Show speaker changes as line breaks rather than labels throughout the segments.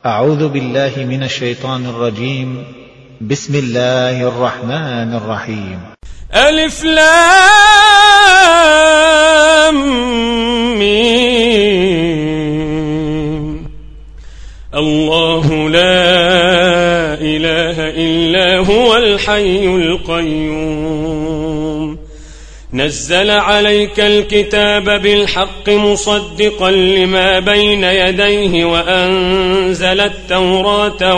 أعوذ بالله من الشيطان الرجيم. بسم الله الرحمن الرحيم.
ألف لام ميم. الله لا إله إلا هو الحي القيوم نزل عليك الكتاب بالحق مصدقا لما بين يديه وأنزل التوراة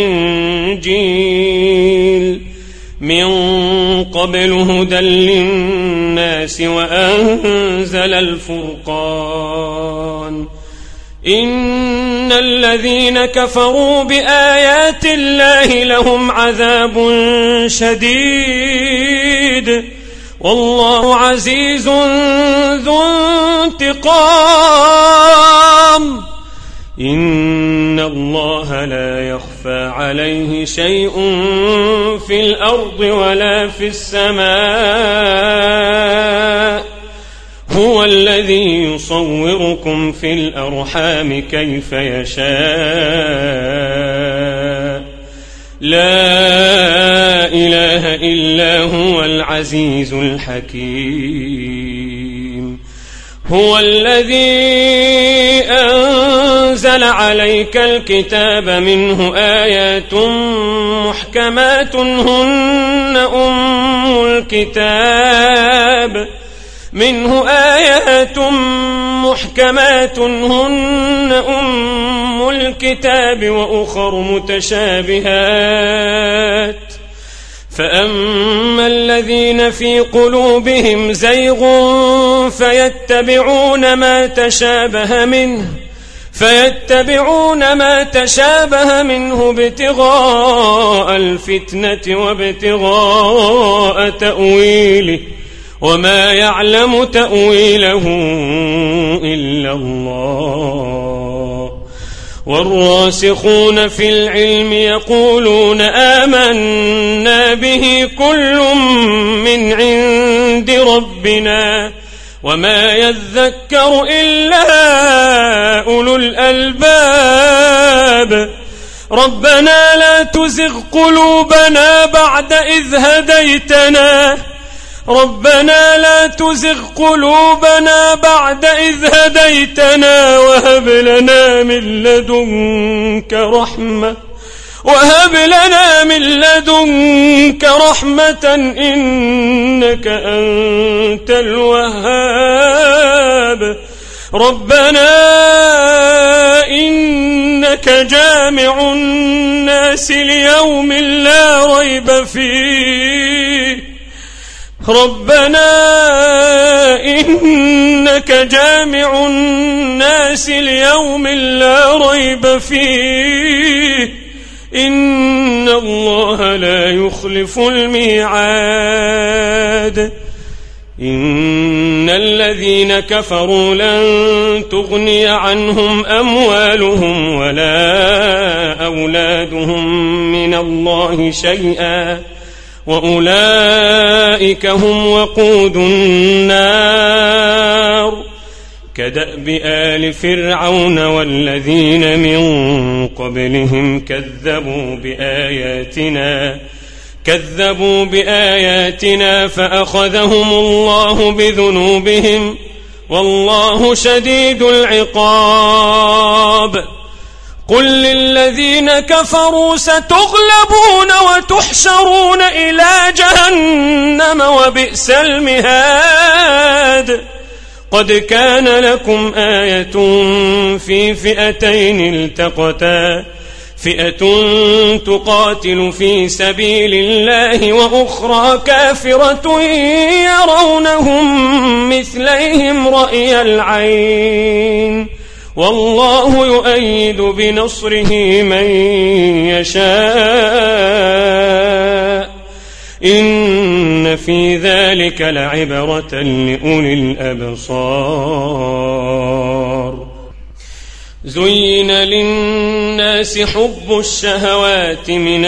والإنجيل من قبل هدى للناس وأنزل الفرقان إن الذين كفروا بآيات الله لهم عذاب شديد والله عزيز ذو انتقام إن الله لا يخفى عليه شيء في الأرض ولا في السماء هو الذي يصوركم في الأرحام كيف يشاء لا إله إلا هو العزيز الحكيم هو الذي أنزل عليك الكتاب منه آيات محكمات هن أم الكتاب وأخر متشابهات فأما الذين في قلوبهم زيغ فيتبعون ما تشابه منه ابتغاء الفتنة وابتغاء تأويله وما يعلم تأويله إلا الله والراسخون في العلم يقولون آمنا به كل من عند ربنا وما يذكر إلا أولو الألباب ربنا لا تزغ قلوبنا بعد إذ هديتنا وهب لنا من لدنك رحمة إنك أنت الوهاب ربنا إنك جامع الناس ليوم لا ريب فيه إن الله لا يخلف الميعاد إن الذين كفروا لن تغني عنهم أموالهم ولا أولادهم من الله شيئا وأولئك هم وقود النار كدأب آل فرعون والذين من قبلهم كذبوا بآياتنا فأخذهم الله بذنوبهم والله شديد العقاب قل للذين كفروا ستغلبون وتحشرون إلى جهنم وبئس المهاد قد كان لكم آية في فئتين التقتا فئة تقاتل في سبيل الله وأخرى كافرة يرونهم مثليهم رأي العين والله يؤيد بنصره من يشاء إن في ذلك لعبرة لأولي الأبصار زين للناس حب الشهوات من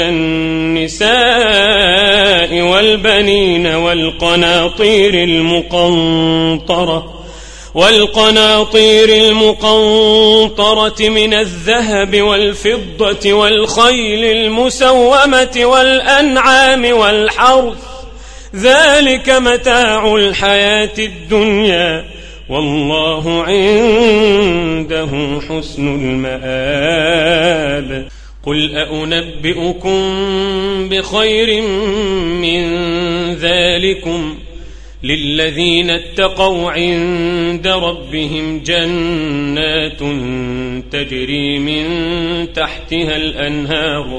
النساء والبنين والقناطير المقنطرة والقناطير المقنطرة من الذهب والفضة والخيل المسومة والأنعام والحرث ذلك متاع الحياة الدنيا والله عنده حسن المآب. قل أنبئكم بخير من ذلكم للذين اتقوا عند ربهم جنات تجري من تحتها الأنهار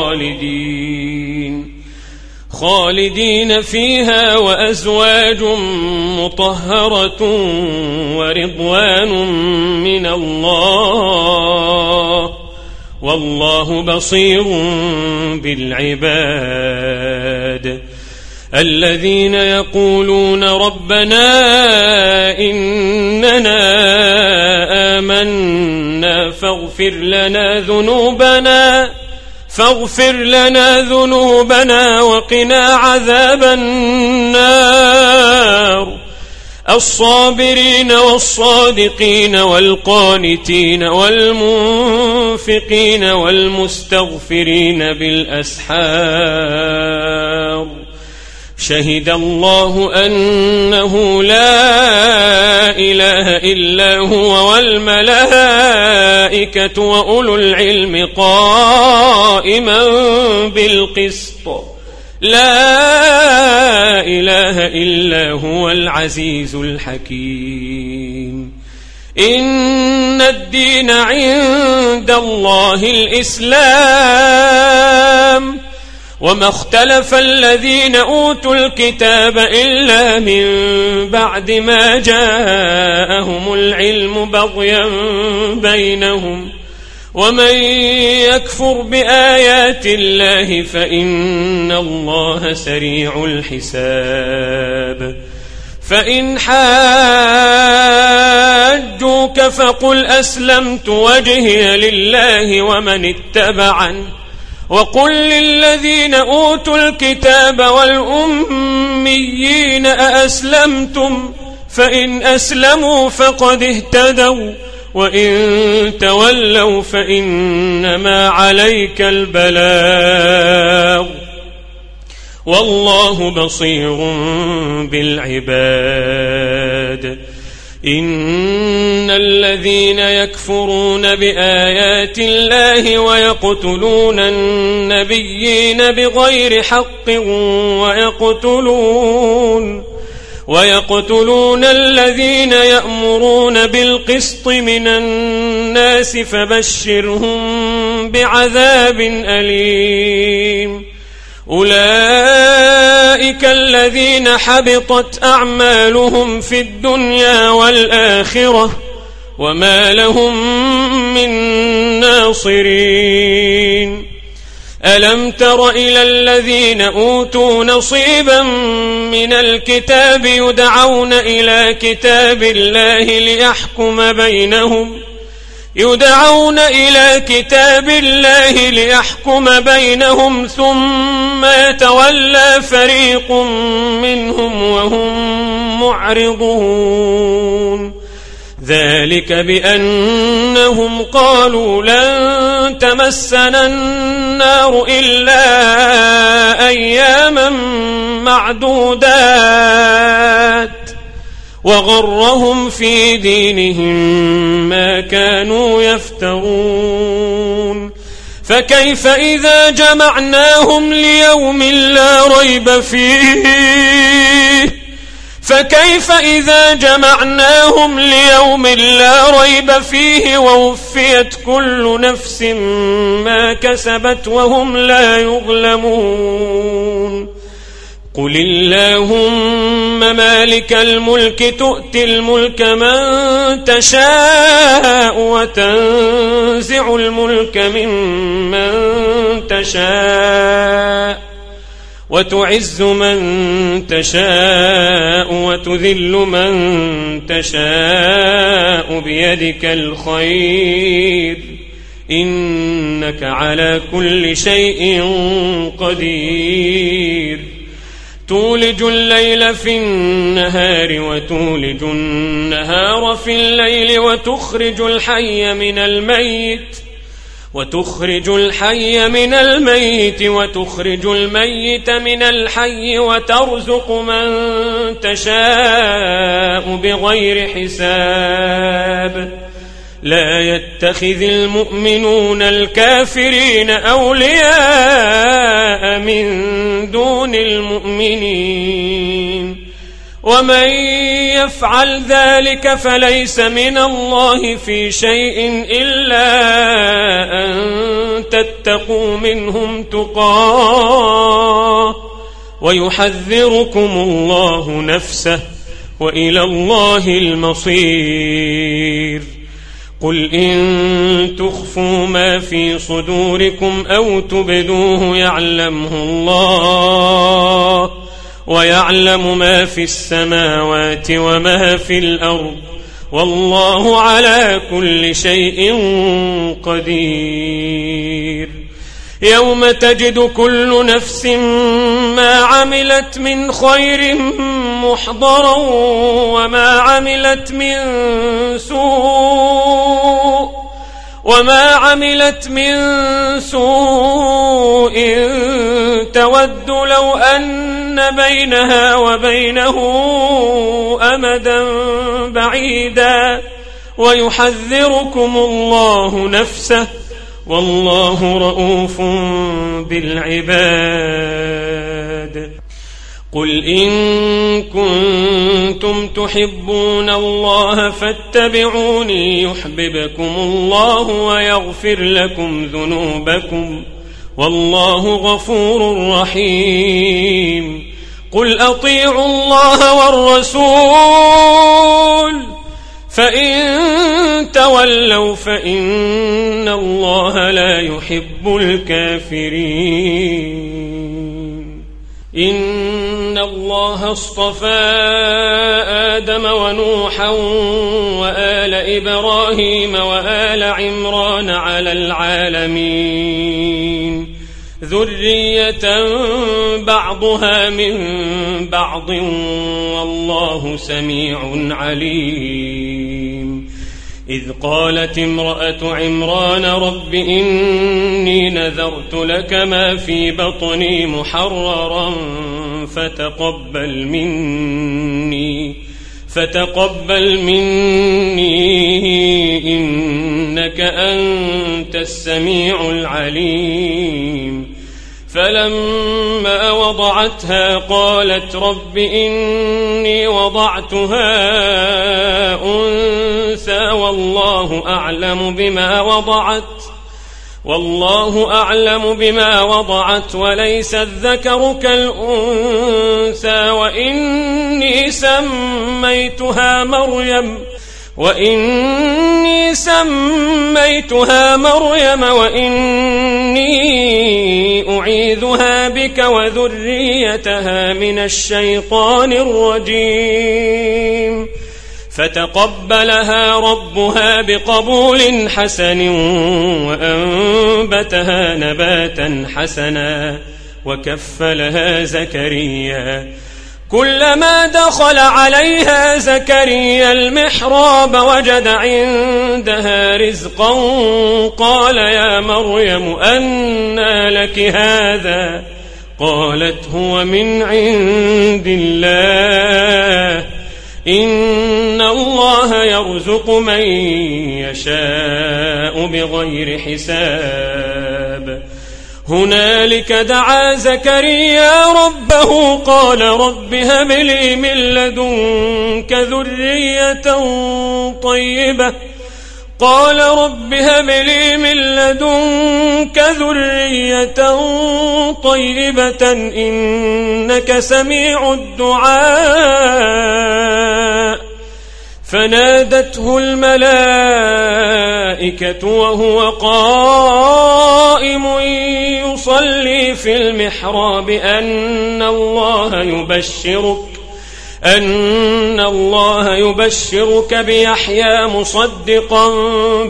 خالدين فيها وأزواج مطهرة ورضوان من الله والله بصير بالعباد. الذين يقولون ربنا إننا آمنا فاغفر لنا ذنوبنا وقنا عذاب النار. الصابرين والصادقين والقانتين والمنفقين والمستغفرين بالأسحار. شهد الله أنه لا إله إلا هو والملائكة وأولو العلم قائما بالقسط لا إله إلا هو العزيز الحكيم. إن الدين عند الله الإسلام وما اختلف الذين أوتوا الكتاب إلا من بعد ما جاءهم العلم بغيا بينهم ومن يكفر بآيات الله فإن الله سريع الحساب. فإن حاجوك فقل أسلمت وجهي لله ومن اتبعني وقل للذين أوتوا الكتاب والأميين أأسلمتم فإن أسلموا فقد اهتدوا وإن تولوا فإنما عليك البلاغ والله بصير بالعباد. إن الذين يكفرون بآيات الله ويقتلون النبيين بغير حق ويقتلون الذين يأمرون بالقسط من الناس فبشرهم بعذاب أليم. أولئك الذين حبطت أعمالهم في الدنيا والآخرة وما لهم من ناصرين. ألم تر إلى الذين أوتوا نصيبا من الكتاب يدعون إلى كتاب الله ليحكم بينهم ثم يتولى فريق منهم وهم معرضون. ذلك بأنهم قالوا لن تمسنا النار إلا أياما معدودات وغرهم في دينهم ما كانوا يفترون. فكيف إذا جمعناهم ليوم لا ريب فيه ووفيت كل نفس ما كسبت وهم لا يظلمون. قل اللهم مالك الملك تؤتي الملك من تشاء وتنزع الملك ممن تشاء وتعز من تشاء وتذل من تشاء بيدك الخير إنك على كل شيء قدير. تولج الليل في النهار وتولج النهار في الليل وتخرج الحي من الميت وتخرج الميت من الحي وترزق من تشاء بغير حساب لا يتخذ المؤمنون الكافرين أولياء من دون المؤمنين ومن يفعل ذلك فليس من الله في شيء إلا أن تتقوا منهم تقاه ويحذركم الله نفسه وإلى الله المصير قل إن تخفوا ما في صدوركم أو تبدوه يعلمه الله ويعلم ما في السماوات وما في الأرض والله على كل شيء قدير يوم تجد كل نفس ما عملت من خير محضرا وما عملت من سوء تود لو أن بينها وبينه أمدا بعيدا ويحذركم الله نفسه والله رؤوف بالعباد قل إن كنتم تحبون الله فاتبعوني يحببكم الله ويغفر لكم ذنوبكم والله غفور رحيم قل أطيعوا الله والرسول فإن تولوا فإن الله لا يحب الكافرين إن الله اصطفى آدم ونوحا وآل إبراهيم وآل عمران على العالمين ذرية بعضها من بعض والله سميع عليم إذ قالت امرأة عمران رب إني نذرت لك ما في بطني محررا فتقبل مني إنك أنت السميع العليم فلما وضعتها قالت رب إني وضعتها أنثى والله أعلم بما وضعت وليس الذكر كالأنثى وإني سميتها مريم وإني أعيذها بك وذريتها من الشيطان الرجيم فتقبلها ربها بقبول حسن وأنبتها نباتا حسنا وكفلها زكريا كلما دخل عليها زكريا المحراب وجد عندها رزقا قال يا مريم أنى لك هذا قالت هو من عند الله إن الله يرزق من يشاء بغير حساب هنالك دعا زكريا ربه قال رب هب لي من لدنك ذرية طيبة إنك سميع الدعاء فنادته الملائكة وهو قائم يصلي في المحراب أن الله يبشرك بيحيى مصدقا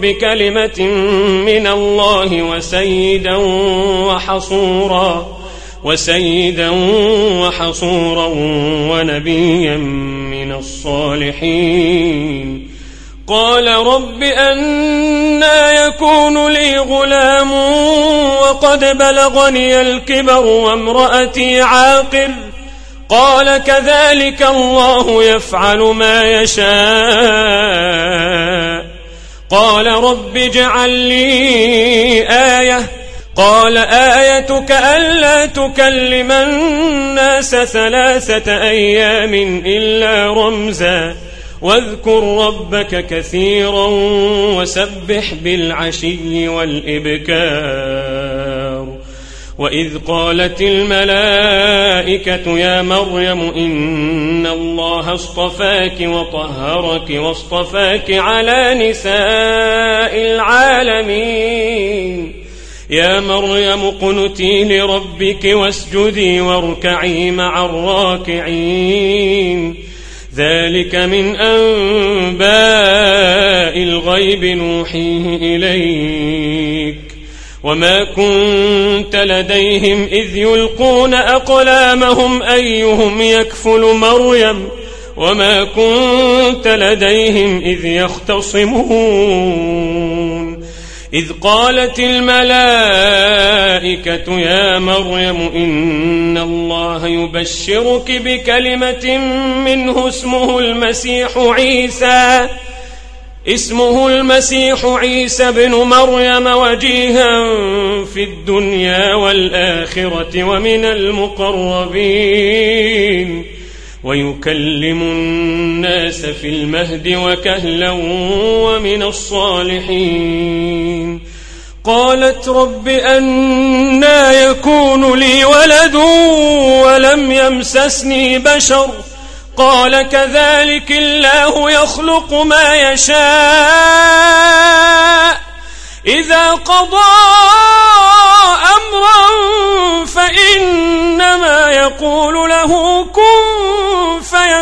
بكلمة من الله وسيدا وسيدا وحصورا ونبيا من الصالحين. قال رب أنى يكون لي غلام وقد بلغني الكبر وامرأتي عاقر؟ قال كذلك الله يفعل ما يشاء. قال رب اجعل لي آية. قال آيتك ألا تكلم الناس 3 أيام إلا رمزا واذكر ربك كثيرا وسبح بالعشي والإبكار. وإذ قالت الملائكة يا مريم إن الله اصطفاك وطهرك واصطفاك على نساء العالمين. يا مريم اقنتي لربك واسجدي واركعي مع الراكعين. ذلك من أنباء الغيب نوحيه إليك وما كنت لديهم إذ يلقون أقلامهم أيهم يكفل مريم وما كنت لديهم إذ يختصمون. إذ قالت الملائكة يا مريم إن الله يبشرك بكلمة منه اسمه المسيح عيسى بن مريم وجيها في الدنيا والآخرة ومن المقربين ويكلم الناس في المهد وكهلا ومن الصالحين. قالت رب أنى يكون لي ولد ولم يمسسني بشر؟ قال كذلك الله يخلق ما يشاء إذا قضى أمرا فإنما يقول له كن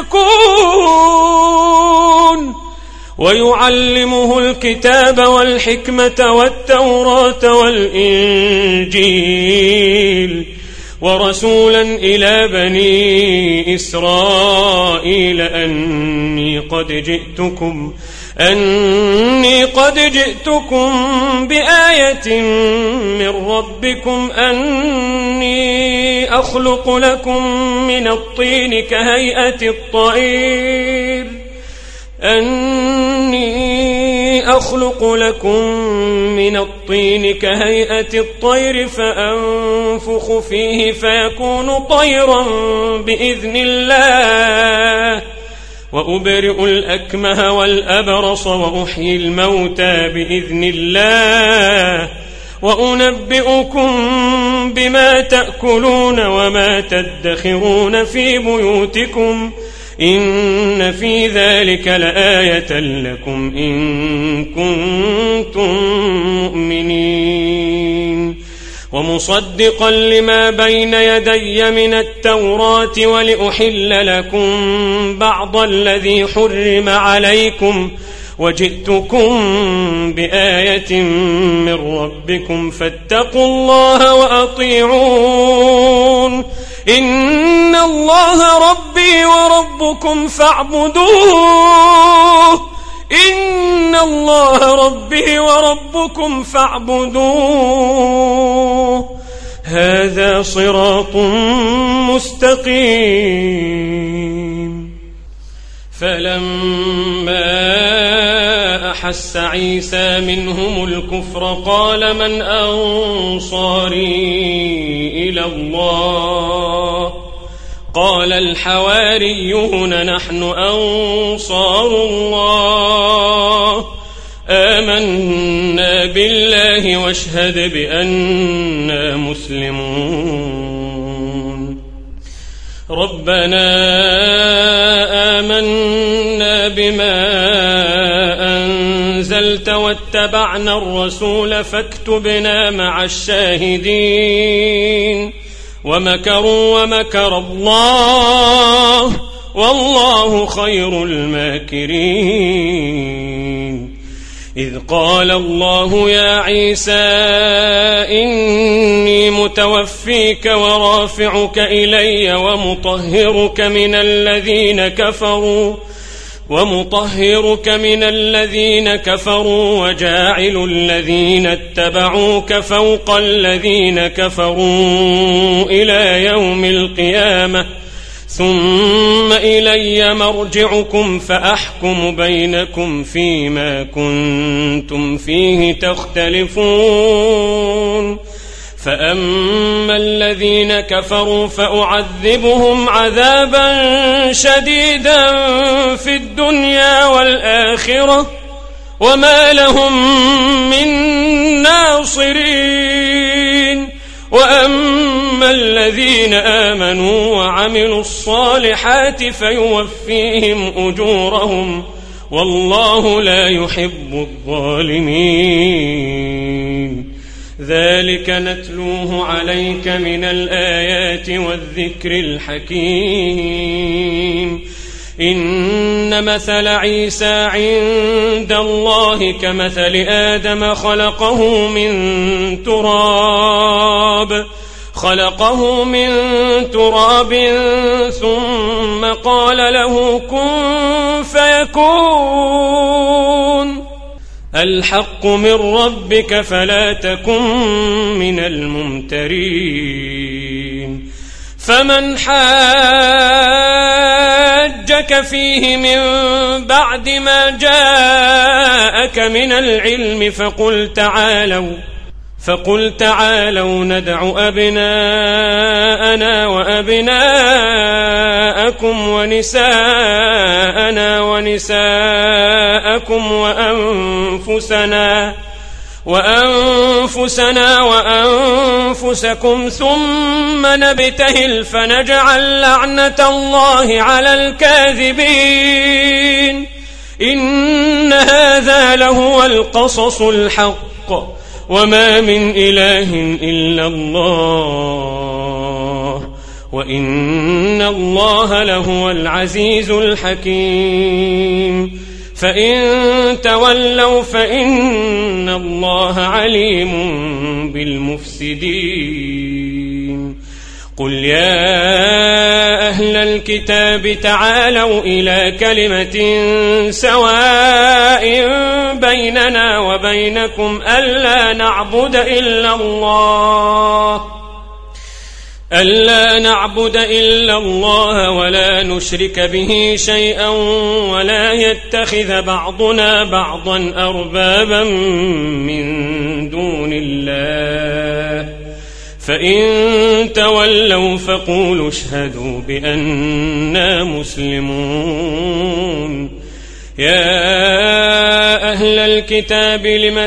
فيكون. ويعلمه الكتاب والحكمة والتوراة والإنجيل ورسولا إلى بني إسرائيل أني قد جئتكم بآية من ربكم أني أخلق لكم من الطين كهيئة الطير فأنفخ فيه فيكون طيرا بإذن الله وأبرئ الأكمه والأبرص وأحيي الموتى بإذن الله وأنبئكم بما تأكلون وما تدخرون في بيوتكم إن في ذلك لآية لكم إن كنتم مؤمنين. ومصدقا لما بين يدي من التوراة ولأحل لكم بعض الذي حرم عليكم وجئتكم بآية من ربكم فاتقوا الله وأطيعون. إن الله ربي وربكم فاعبدوه هذا صراط مستقيم. فلما أحس عيسى منهم الكفر قال من أنصاري إلى الله؟ قال الحواريون نحن أنصار الله آمنا بالله واشهد بأننا مسلمون. ربنا آمنا بما أنزلت واتبعنا الرسول فاكتبنا مع الشاهدين. ومكروا ومكر الله والله خير الماكرين. إذ قال الله يا عيسى إني متوفيك ورافعك إلي ومطهرك من الذين كفروا وجاعل الذين اتبعوك فوق الذين كفروا إلى يوم القيامة ثم إلي مرجعكم فأحكم بينكم فيما كنتم فيه تختلفون فأما الذين كفروا فأعذبهم عذابا شديدا في الدنيا والآخرة وما لهم من ناصرين وأما الذين آمنوا وعملوا الصالحات فيوفيهم أجورهم والله لا يحب الظالمين ذلك نتلوه عليك من الآيات والذكر الحكيم إن مثل عيسى عند الله كمثل آدم خلقه من تراب ثم قال له كن فيكون الحق من ربك فلا تكن من الممترين فمن حاجك فيه من بعد ما جاءك من العلم فقل تعالوا ندع أبناءنا وأبناءكم ونساءنا ونساءكم وأنفسنا وأنفسكم ثم نبتهل فنجعل لعنة الله على الكاذبين إن هذا لهو القصص الحق وما من إله إلا الله وإن الله لهو العزيز الحكيم فإن تولوا فإن الله عليم بالمفسدين قل يا أهل الكتاب تعالوا إلى كلمة سواء بيننا وبينكم ألا نعبد إلا الله ولا نشرك به شيئا ولا يتخذ بعضنا بعضا أربابا من دون الله فإن تولوا فقولوا اشهدوا بأننا مسلمون يا أهل الكتاب لم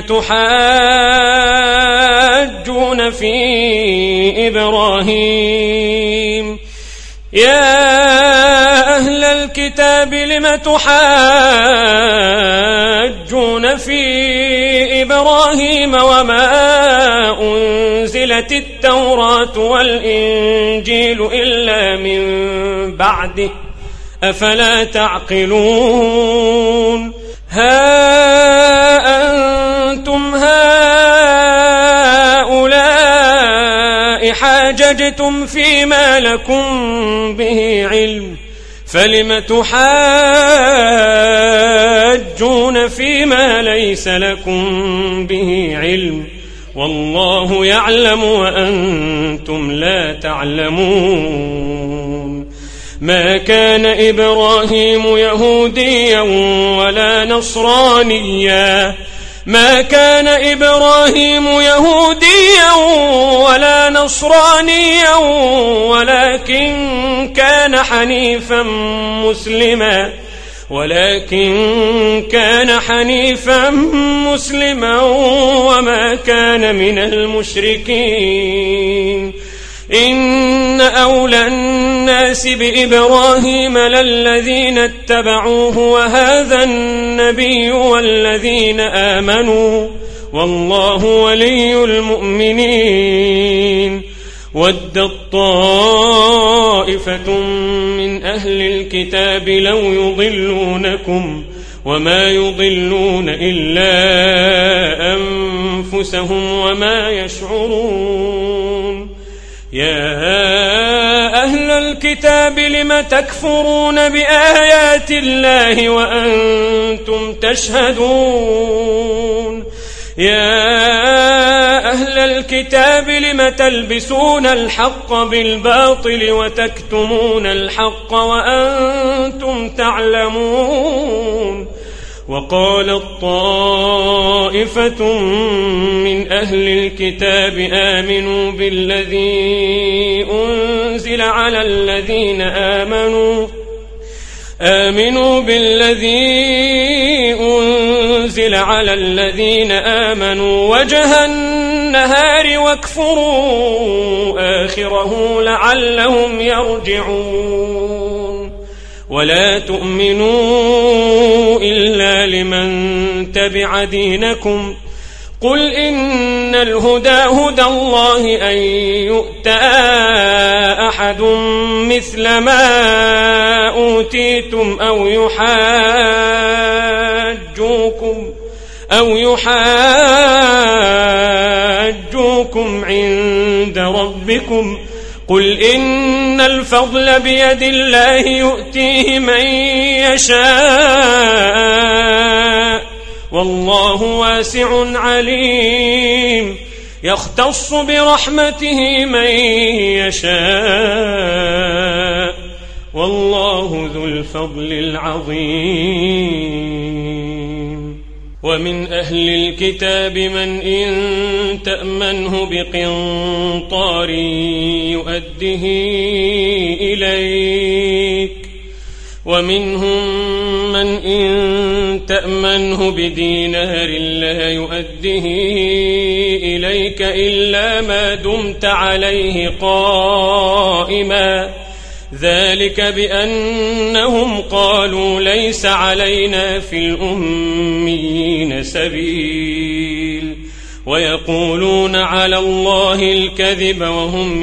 تحاجون في إبراهيم وما أنزلت التوراة والإنجيل إلا من بعده أفلا تعقلون ها أنتم هؤلاء حاججتم فيما لكم به علم فلم تحاجون فيما ليس لكم به علم والله يعلم وأنتم لا تعلمون ما كان إبراهيم يهوديا ولا نصرانيا ولكن كان حنيفا مسلما وما كان من المشركين إن أولى الناس بإبراهيم للذين اتبعوه وهذا النبي والذين آمنوا والله ولي المؤمنين ودت طائفة من أهل الكتاب لو يضلونكم وما يضلون إلا أنفسهم وما يشعرون يا أهل الكتاب لم تكفرون بآيات الله وأنتم تشهدون يا أهل الكتاب لم تلبسون الحق بالباطل وتكتمون الحق وأنتم تعلمون وقالت طائفة من أهل الكتاب آمنوا بالذي أنزل على الذين آمنوا وجه النهار واكفروا آخره لعلهم يرجعون ولا تؤمنوا إلا لمن تبع دينكم قل إن الهدى هدى الله أن يؤتى أحد مثل ما أوتيتم أو يحاجوكم عند ربكم قل إن الفضل بيد الله يؤتيه من يشاء والله واسع عليم يختص برحمته من يشاء والله ذو الفضل العظيم ومن أهل الكتاب من إن تأمنه بقنطار يؤده إليك ومنهم من إن تأمنه بدينار لا يؤده إليك إلا ما دمت عليه قائما ذلك بأنهم قالوا ليس علينا في الأميين سبيل ويقولون على الله الكذب وهم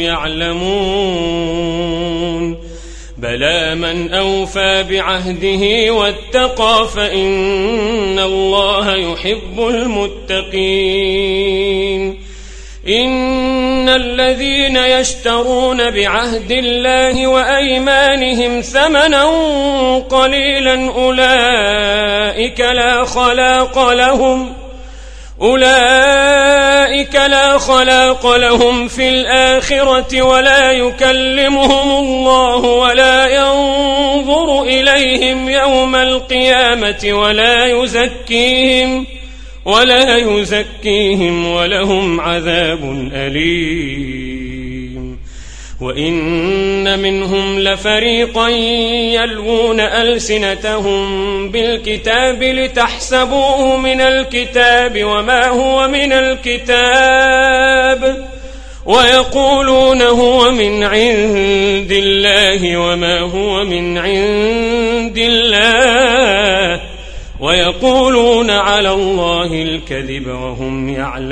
يعلمون بلى من أوفى بعهده واتقى فإن الله يحب المتقين إن الذين يشترون بعهد الله وأيمانهم ثمنا قليلا أولئك لا خلاق لهم في الآخرة ولا يكلمهم الله ولا ينظر إليهم يوم القيامة ولا يزكيهم ولهم عذاب أليم وإن منهم لفريقا يلوون ألسنتهم بالكتاب لتحسبوه من الكتاب وما هو من الكتاب ويقولون هو من عند الله وما هو من عند الله ويقولون على الله الكذب وهم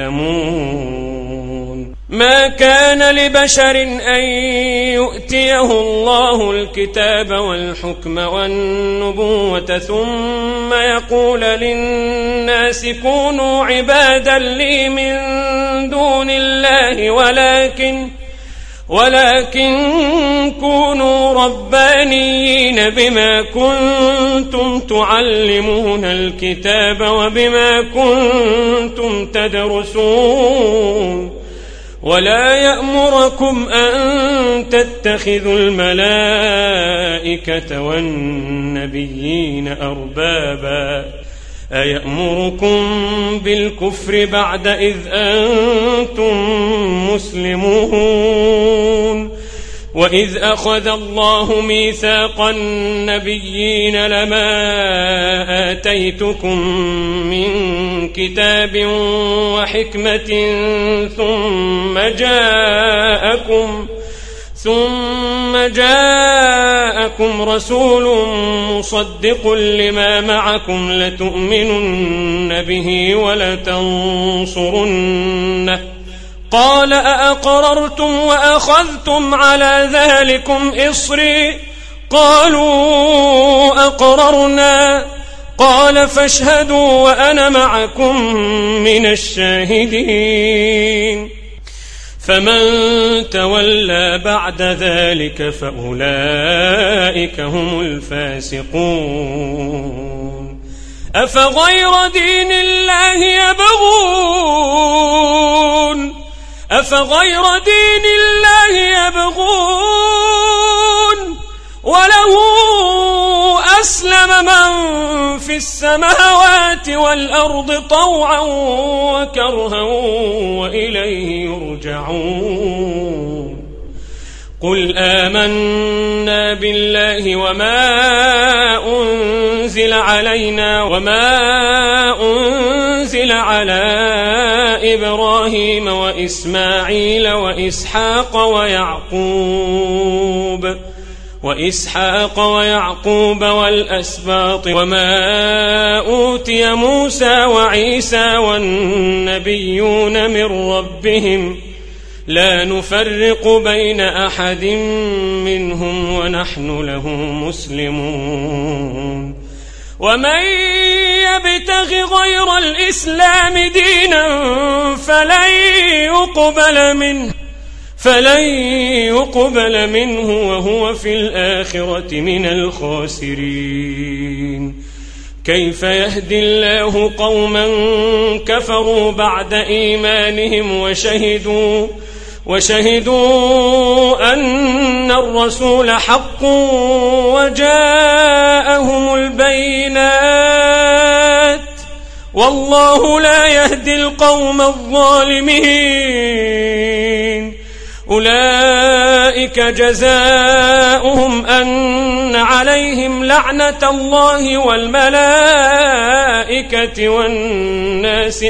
يعلمون ما كان لبشر أن يؤتيه الله الكتاب والحكم والنبوة ثم يقول للناس كونوا عبادا لي من دون الله ولكن كونوا ربانيين بما كنتم تعلمون الكتاب وبما كنتم تدرسون ولا يأمركم أن تتخذوا الملائكة والنبيين أربابا أيأمركم بالكفر بعد إذ أنتم مسلمون وإذ أخذ الله ميثاق النبيين لما آتيتكم من كتاب وحكمة ثم جاءكم رسول مصدق لما معكم لتؤمنن به ولتنصرنه قال أأقررتم وأخذتم على ذلكم إصري قالوا أقررنا قال فاشهدوا وأنا معكم من الشاهدين فمن تولى بعد ذلك فأولئك هم الفاسقون أفغير دين الله يبغون وله أسلم من في السماوات والأرض طوعا وكرها وإليه يرجعون قل آمنا بالله وما أنزل علينا وما أنزل على إبراهيم وإسماعيل وإسحاق ويعقوب والأسباط وما أوتي موسى وعيسى والنبيون من ربهم لا نفرق بين أحد منهم ونحن له مسلمون ومن يبتغ غير الإسلام دينا فلن يقبل منه وهو في الآخرة من الخاسرين كيف يهدي الله قوما كفروا بعد إيمانهم وشهدوا أن الرسول حق وجاءهم البينات والله لا يهدي القوم الظالمين أولئك جزاؤهم أن عليهم لعنة الله والملائكة والناس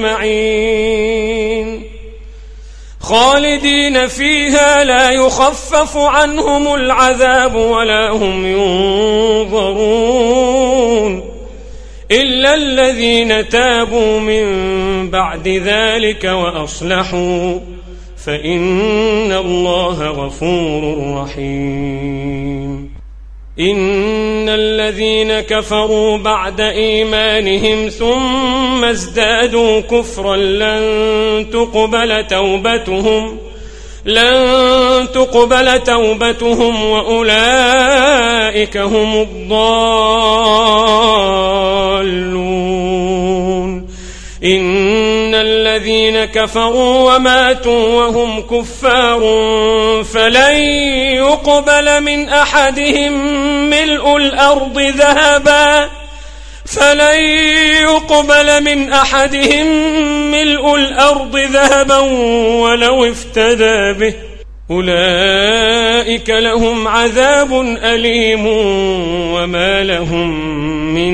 أجمعين خالدين فيها لا يخفف عنهم العذاب ولا هم ينظرون إلا الذين تابوا من بعد ذلك وأصلحوا فإن الله غفور رحيم إن الذين كفروا بعد إيمانهم ثم ازدادوا كفرا لن تقبل توبتهم وأولئك هم الضالون إن الذين كفروا وماتوا وهم كفار فلن يقبل من أحدهم ملء الأرض ذهبا ولو افتدى به أولئك لهم عذاب أليم وما لهم من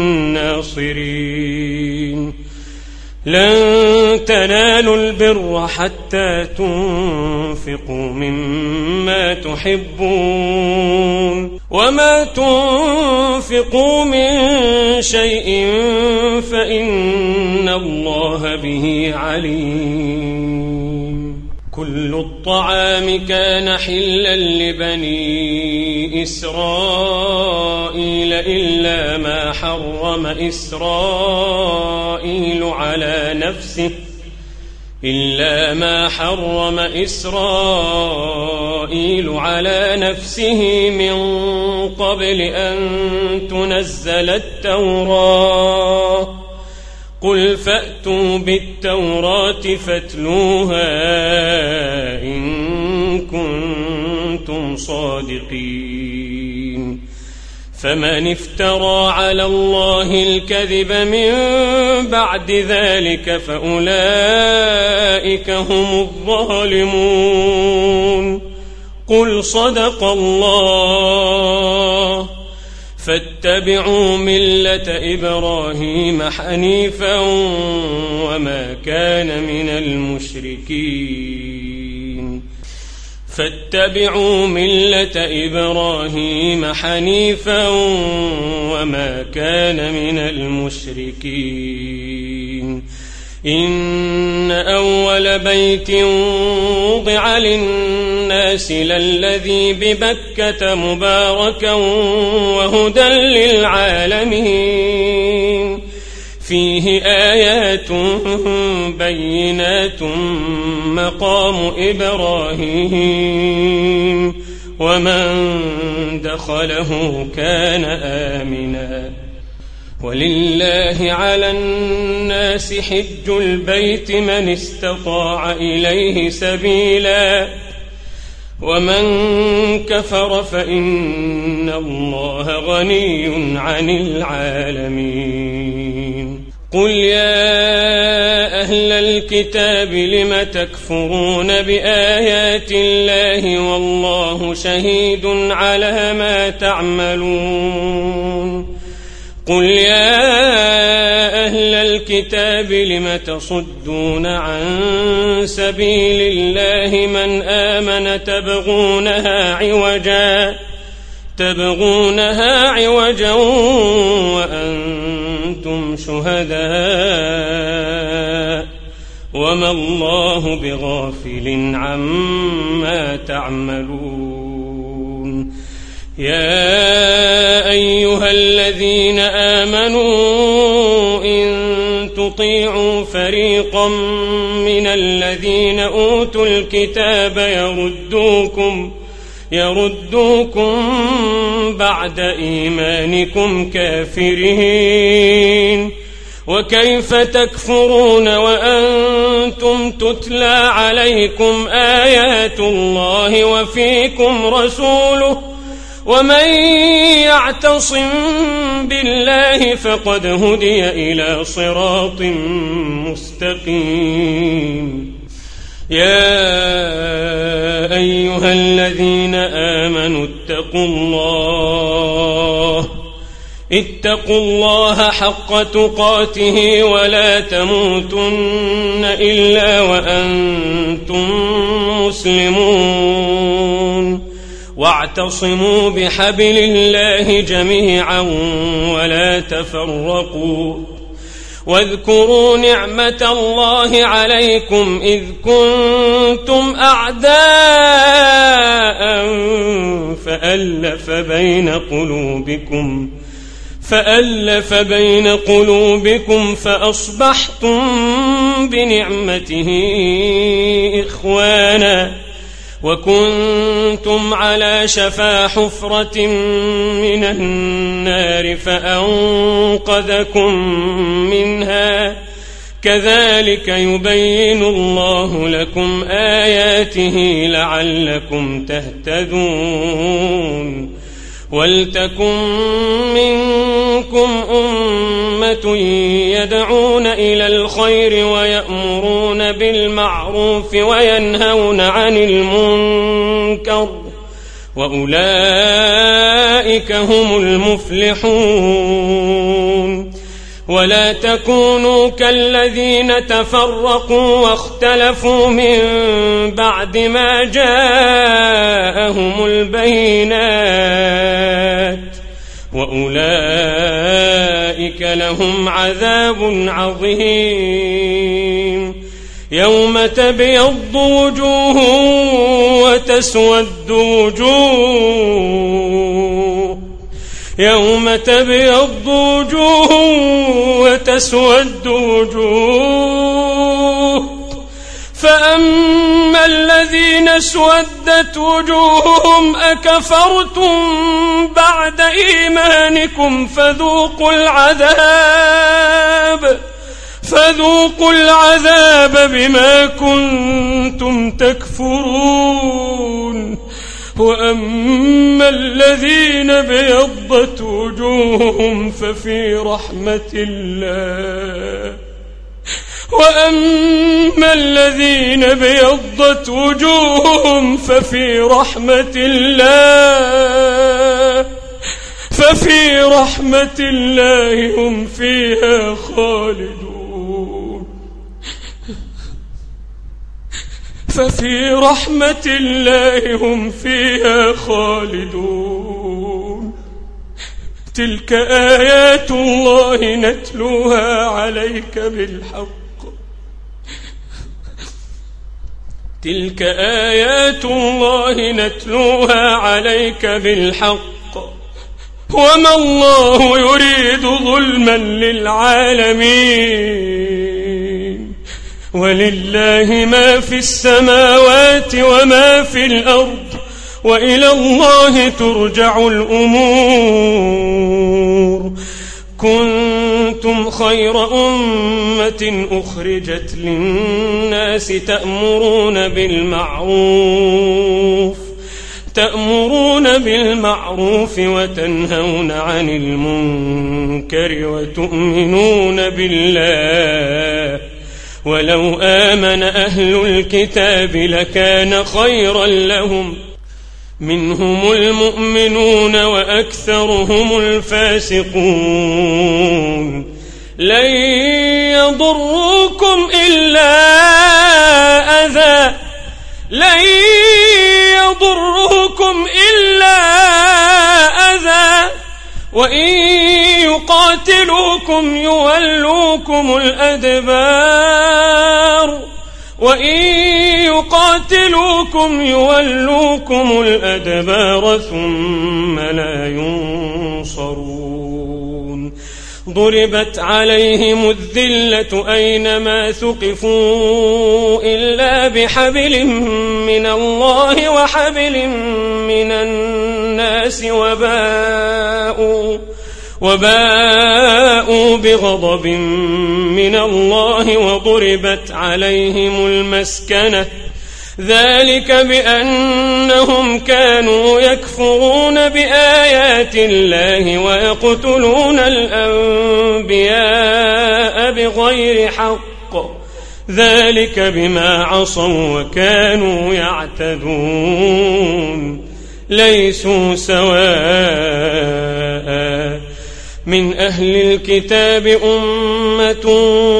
ناصرين لن تنالوا البر حتى تنفقوا مما تحبون وما تنفقوا من شيء فإن الله به عليم كل الطعام كان حلا لبني إسرائيل إلا ما حرم إسرائيل على نفسه من قبل أن تنزل التوراة قل فأتوا بالتوراة فاتلوها إن كنتم صادقين فمن افترى على الله الكذب من بعد ذلك فأولئك هم الظالمون قل صدق الله فاتبعوا ملة إبراهيم حنيفا وما كان من المشركين إن أول بيت وضع للناس للذي ببكة مباركا وهدى للعالمين فيه آيات بينات مقام إبراهيم ومن دخله كان آمنا ولله على الناس حج البيت من استطاع إليه سبيلا ومن كفر فإن الله غني عن العالمين قل يا أهل الكتاب لم تكفرون بآيات الله والله شهيد على ما تعملون قل يا أهل الكتاب لم تصدون عن سبيل الله من آمن تبغونها عوجا وأنتم شهداء وما الله بغافل عما تعملون يا أيها الذين آمنوا إن تطيعوا فريقا من الذين أوتوا الكتاب يردوكم بعد إيمانكم كافرين وكيف تكفرون وأنتم تتلى عليكم آيات الله وفيكم رسوله ومن يعتصم بالله فقد هدي إلى صراط مستقيم يا أيها الذين آمنوا اتقوا الله حق تقاته ولا تموتن إلا وأنتم مسلمون واعتصموا بحبل الله جميعا ولا تفرقوا واذكروا نعمة الله عليكم إذ كنتم أعداء فألف بين قلوبكم فأصبحتم بنعمته إخوانا وكنتم على شفا حفرة من النار فأنقذكم منها كذلك يبين الله لكم آياته لعلكم تهتدون ولتكن منكم أمة يدعون إلى الخير ويأمرون بالمعروف وينهون عن المنكر وأولئك هم المفلحون ولا تكونوا كالذين تفرقوا واختلفوا من بعد ما جاءهم البينات وأولئك لهم عذاب عظيم يوم تبيض وجوه وتسود وجوه يوم تبيض وجوه وتسود وجوه فأما الذين اسودت وجوههم أكفرتم بعد إيمانكم فذوقوا العذاب بما كنتم تكفرون وأما الذين بيضت وجوههم ففي رحمة الله وأما الذين بيضت وجوههم ففي رحمة الله هم فيها خالدون ففي رحمة الله هم فيها خالدون تلك آيات الله نتلوها عليك بالحق تلك آيات الله نتلوها عليك بالحق وما الله يريد ظلما للعالمين ولله ما في السماوات وما في الأرض وإلى الله ترجع الأمور كنتم خير أمة أخرجت للناس تأمرون بالمعروف وتنهون عن المنكر وتؤمنون بالله ولو آمن أهل الكتاب لكان خيرا لهم منهم المؤمنون وأكثرهم الفاسقون لن يضروكم إلا أذى وإن يقاتلوكم يولوكم الأدبار ثم لا ينصرون ضربت عليهم الذلة أينما ثقفوا إلا بحبل من الله وحبل من الناس وباءوا بغضب من الله وضربت عليهم المسكنة ذلك بأنهم كانوا يكفرون بآيات الله ويقتلون الأنبياء بغير حق ذلك بما عصوا وكانوا يعتدون ليسوا سواء من أهل الكتاب أمة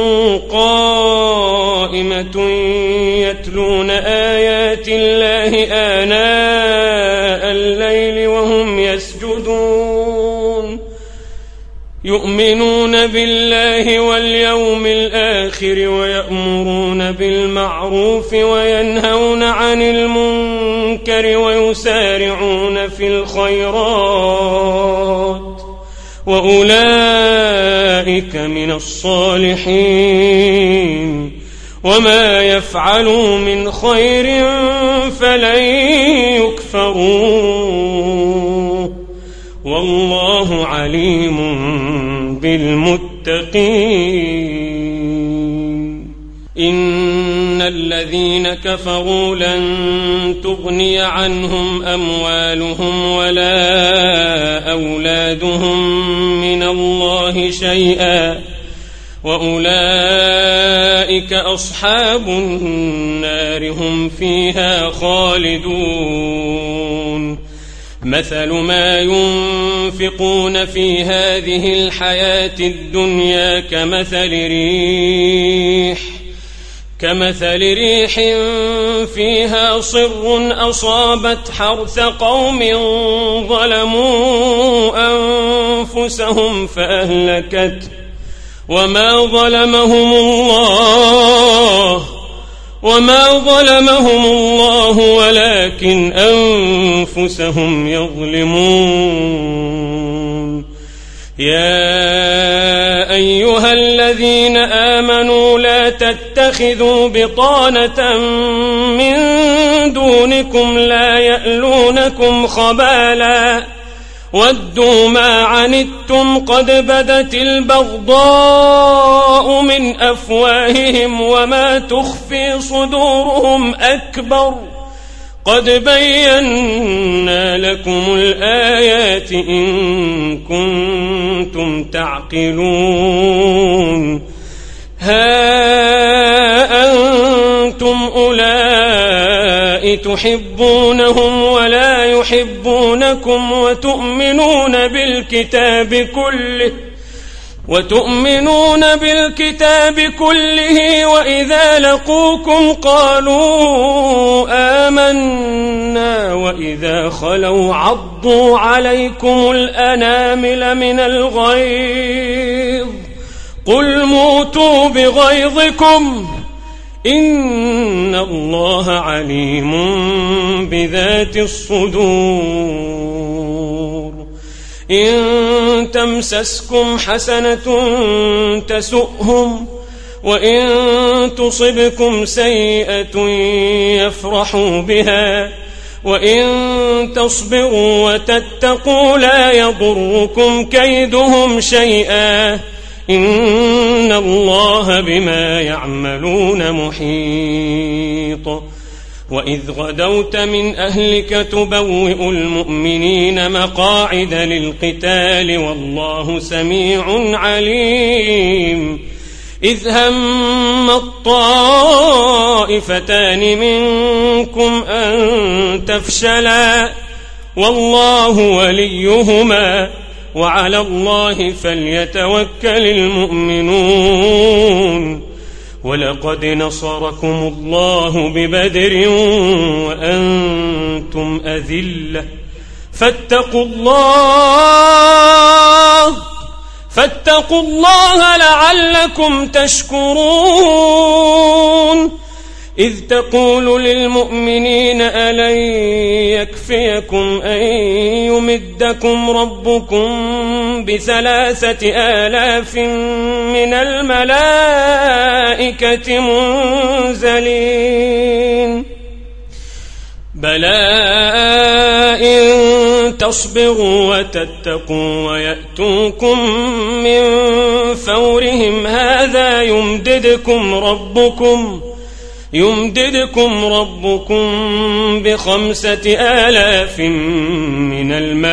قائمة يتلون آيات الله آناء الليل وهم يسجدون يؤمنون بالله واليوم الآخر ويأمرون بالمعروف وينهون عن المنكر ويسارعون في الخيرات وأولئك من الصالحين وما يفعلوا من خير فلن يكفروه والله عليم بالمتقين إن الذين كفروا لن تغني عنهم أموالهم ولا أولادهم من الله شيئا وأولئك أصحاب النار هم فيها خالدون مثل ما ينفقون في هذه الحياة الدنيا كمثل ريح فيها صر أصابت حرث قوم ظلموا أنفسهم فأهلكته وما ظلمهم الله ولكن أنفسهم يظلمون يا أيها الذين آمنوا لا تتخذوا بطانة من دونكم لا يألونكم خبالا ودوا ما عنتم قد بدت البغضاء من أفواههم وما تخفي صدورهم أكبر قد بينا لكم الآيات إن كنتم تعقلون ها أنتم أولئك تحبونهم ولا يحبونكم وتؤمنون بالكتاب كله وإذا لقوكم قالوا آمنا وإذا خلوا عضوا عليكم الأنامل من الغيظ قل موتوا بغيظكم إن الله عليم بذات الصدور إن تمسسكم حسنة تسؤهم وإن تصبكم سيئة يفرحوا بها وإن تصبروا وتتقوا لا يضركم كيدهم شيئا إن الله بما يعملون محيط. وإذ غدوت من أهلك تبوئ المؤمنين مقاعد للقتال والله سميع عليم. إذ هم الطائفتان منكم أن تفشلا والله وليهما وعلى الله فليتوكل المؤمنون. ولقد نصركم الله ببدر وأنتم أذلة فاتقوا الله لعلكم تشكرون. إذ تقول للمؤمنين ألن يكفيكم أن يمدكم ربكم ب3,000 من الملائكة منزلين بلى إن تصبروا وتتقوا ويأتوكم من فورهم هذا يمددكم ربكم ب5,000 من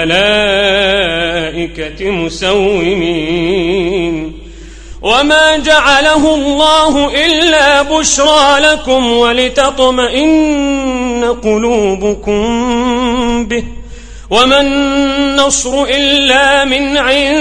الملائكة مسومين. وما جعله الله إلا بشرى لكم ولتطمئن قلوبكم به وما النصر إلا من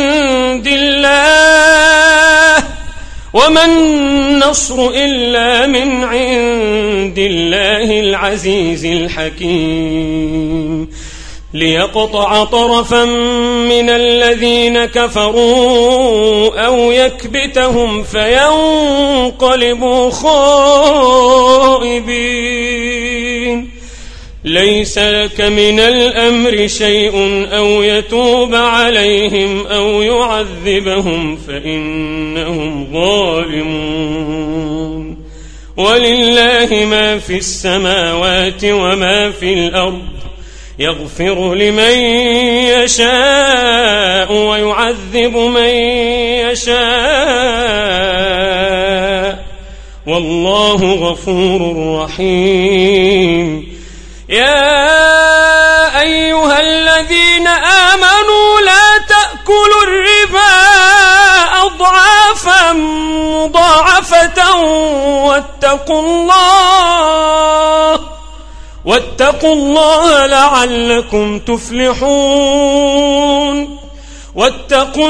عند الله العزيز الحكيم. ليقطع طرفا من الذين كفروا أو يكبتهم فينقلبوا خائبين. ليس لك من الأمر شيء أو يتوب عليهم أو يعذبهم فإنهم ظالمون. ولله ما في السماوات وما في الأرض يغفر لمن يشاء ويعذب من يشاء والله غفور رحيم. يا أيها الذين آمنوا لا تأكلوا الربا أضعافا مضاعفة واتقوا الله لعلكم تفلحون. واتقوا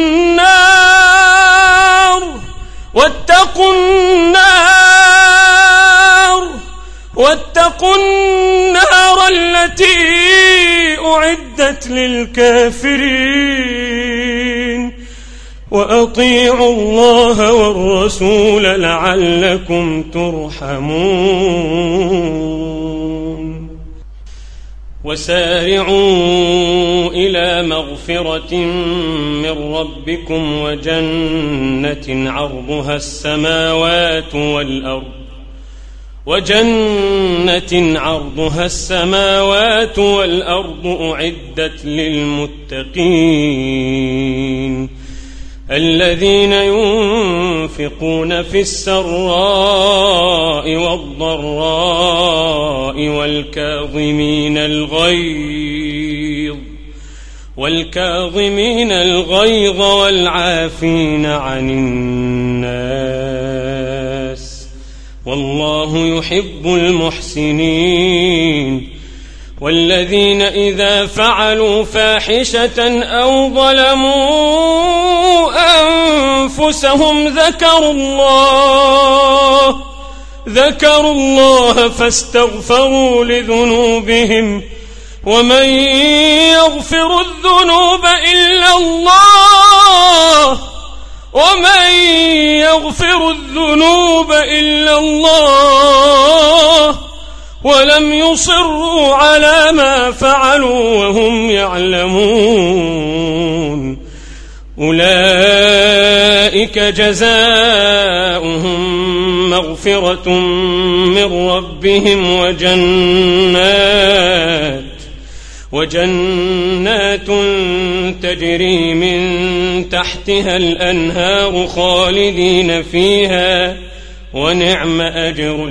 النار التي أعدت للكافرين. وأطيعوا الله والرسول لعلكم ترحمون. وسارعوا إلى مغفرة من ربكم وجنة عرضها السماوات والأرض أعدت للمتقين الذين ينفقون في السراء والضراء والكاظمين الغيظ والعافين عن الناس والله يحب المحسنين. والذين إذا فعلوا فاحشة أو ظلموا أنفسهم ذكروا الله فاستغفروا لذنوبهم ومن يغفر الذنوب إلا الله ولم يصروا على ما فعلوا وهم يعلمون أولئك جزاؤهم مغفرة من ربهم وجنات تجري من تحتها الأنهار خالدين فيها ونعم أجر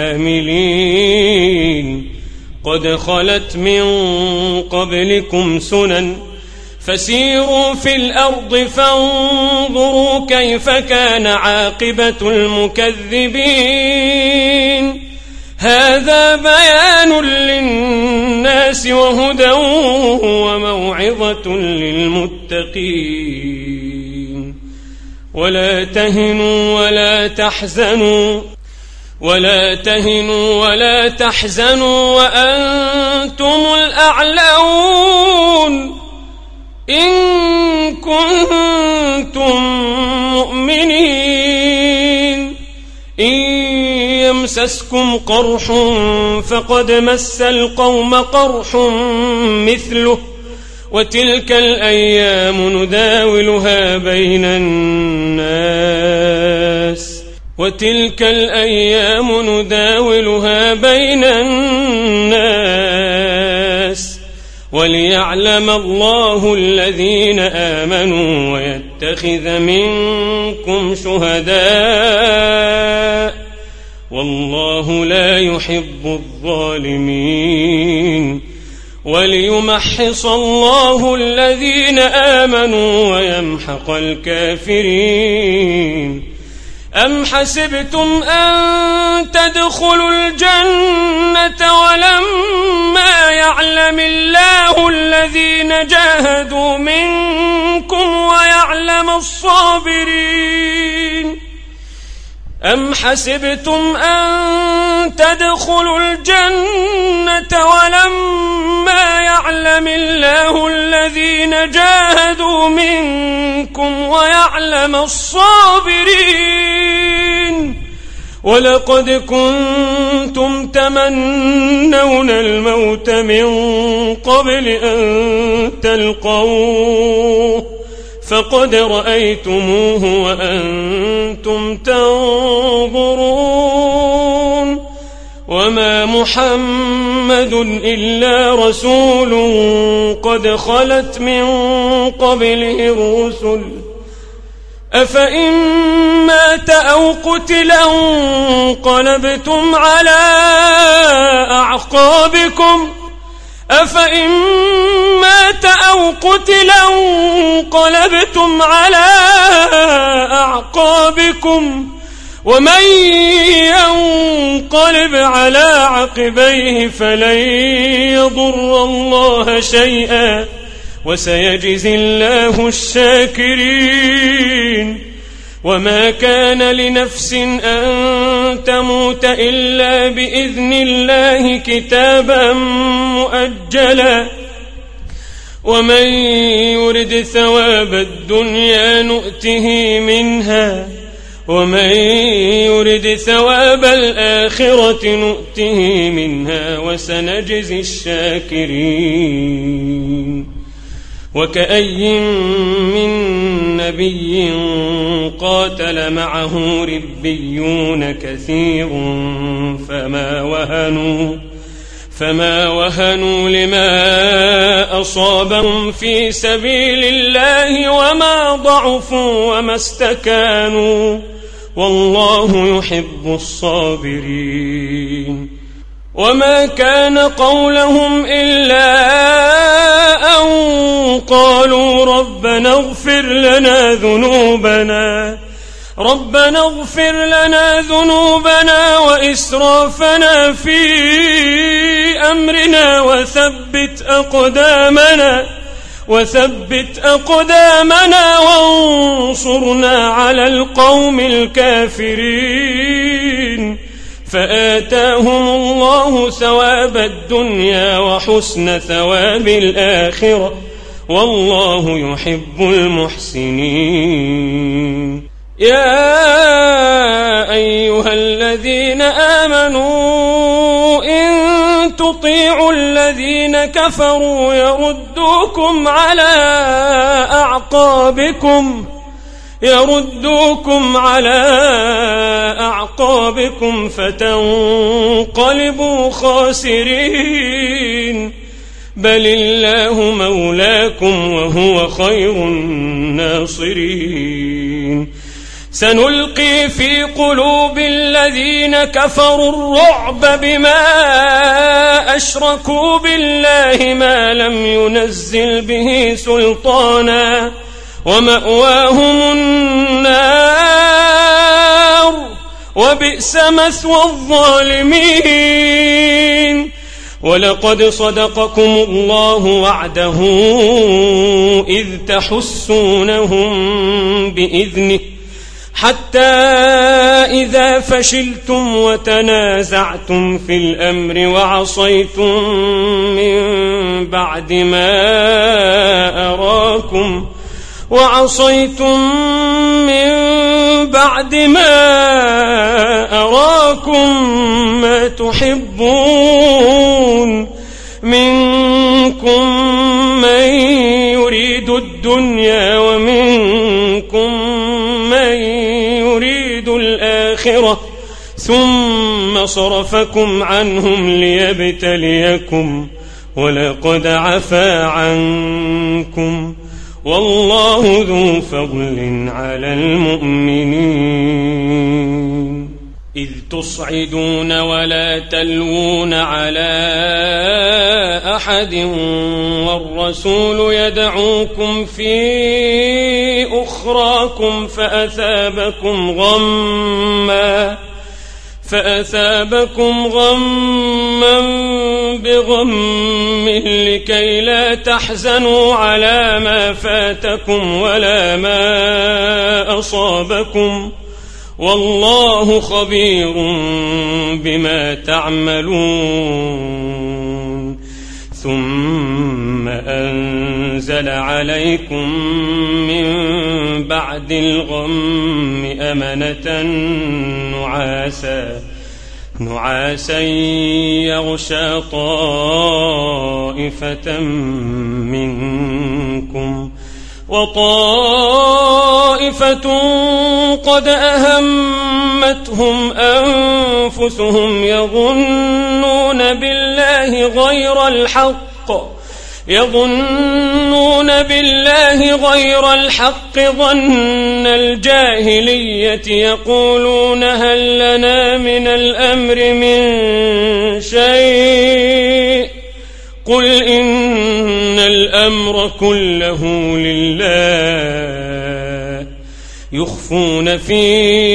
العاملين قد خلت من قبلكم سنن فسيروا في الأرض فانظروا كيف كان عاقبة المكذبين هذا بيان للناس وهدى وموعظة للمتقين ولا تهنوا ولا تحزنوا وأنتم الأعلون إن كنتم مؤمنين إن يمسسكم قرح فقد مس القوم قرح مثله وتلك الأيام نداولها بين الناس وليعلم الله الذين آمنوا ويتخذ منكم شهداء والله لا يحب الظالمين وليمحص الله الذين آمنوا ويمحق الكافرين أم حسبتم أن تدخلوا الجنة ولما يعلم الله الذين جاهدوا منكم ويعلم الصابرين أم حسبتم أن تدخلوا الجنة ولما يعلم الله الذين جاهدوا منكم ويعلم الصابرين ولقد كنتم تمنون الموت من قبل أن تلقوه فقد رأيتموه وأنتم تنظرون وما محمد إلا رسول قد خلت من قبله الرسل أفإن مات أو قتل انقلبتم على أعقابكم ومن ينقلب على عقبيه فلن يضر الله شيئا وسيجزي الله الشاكرين وما كان لنفس أن تموت إلا بإذن الله كتابا مؤجلا ومن يرد ثواب الدنيا نؤته منها ومن يرد ثواب الآخرة نؤته منها وسنجزي الشاكرين وكأي من نبي قاتل معه ربيون كثير فما وهنوا لما أصابهم في سبيل الله وما ضعفوا وما استكانوا والله يحب الصابرين وما كان قولهم إلا أن قالوا ربنا اغفر لنا ذنوبنا وإسرافنا في أمرنا وثبت أقدامنا وانصرنا على القوم الكافرين فآتاهم الله ثواب الدنيا وحسن ثواب الآخرة والله يحب المحسنين يا أيها الذين آمنوا إن تطيعوا الذين كفروا يردوكم على أعقابكم فتنقلبوا خاسرين. بل الله مولاكم وهو خير الناصرين. سنلقي في قلوب الذين كفروا الرعب بما أشركوا بالله ما لم ينزل به سلطانا ومأواهم النار وبئس مثوى الظالمين. ولقد صدقكم الله وعده إذ تحسونهم بإذنه حتى إذا فشلتم وتنازعتم في الأمر وعصيتم من بعد ما أراكم ما تحبون منكم من يريد الدنيا ومنكم من يريد الآخرة ثم صرفكم عنهم ليبتليكم ولقد عفا عنكم والله ذو فضل على المؤمنين. إذ تصعدون ولا تلوون على أحد والرسول يدعوكم في أخراكم فأثابكم غما بغم لكي لا تحزنوا على ما فاتكم ولا ما أصابكم والله خبير بما تعملون. ثم أنزل عليكم من بعد الغم أمنة نعاسا يغشى طائفة منكم وطائفة قد أهمتهم أنفسهم يظنون بالله غير الحق ظن الجاهلية يقولون هل لنا من الأمر من شيء قل إن الأمر كله لله يخفون في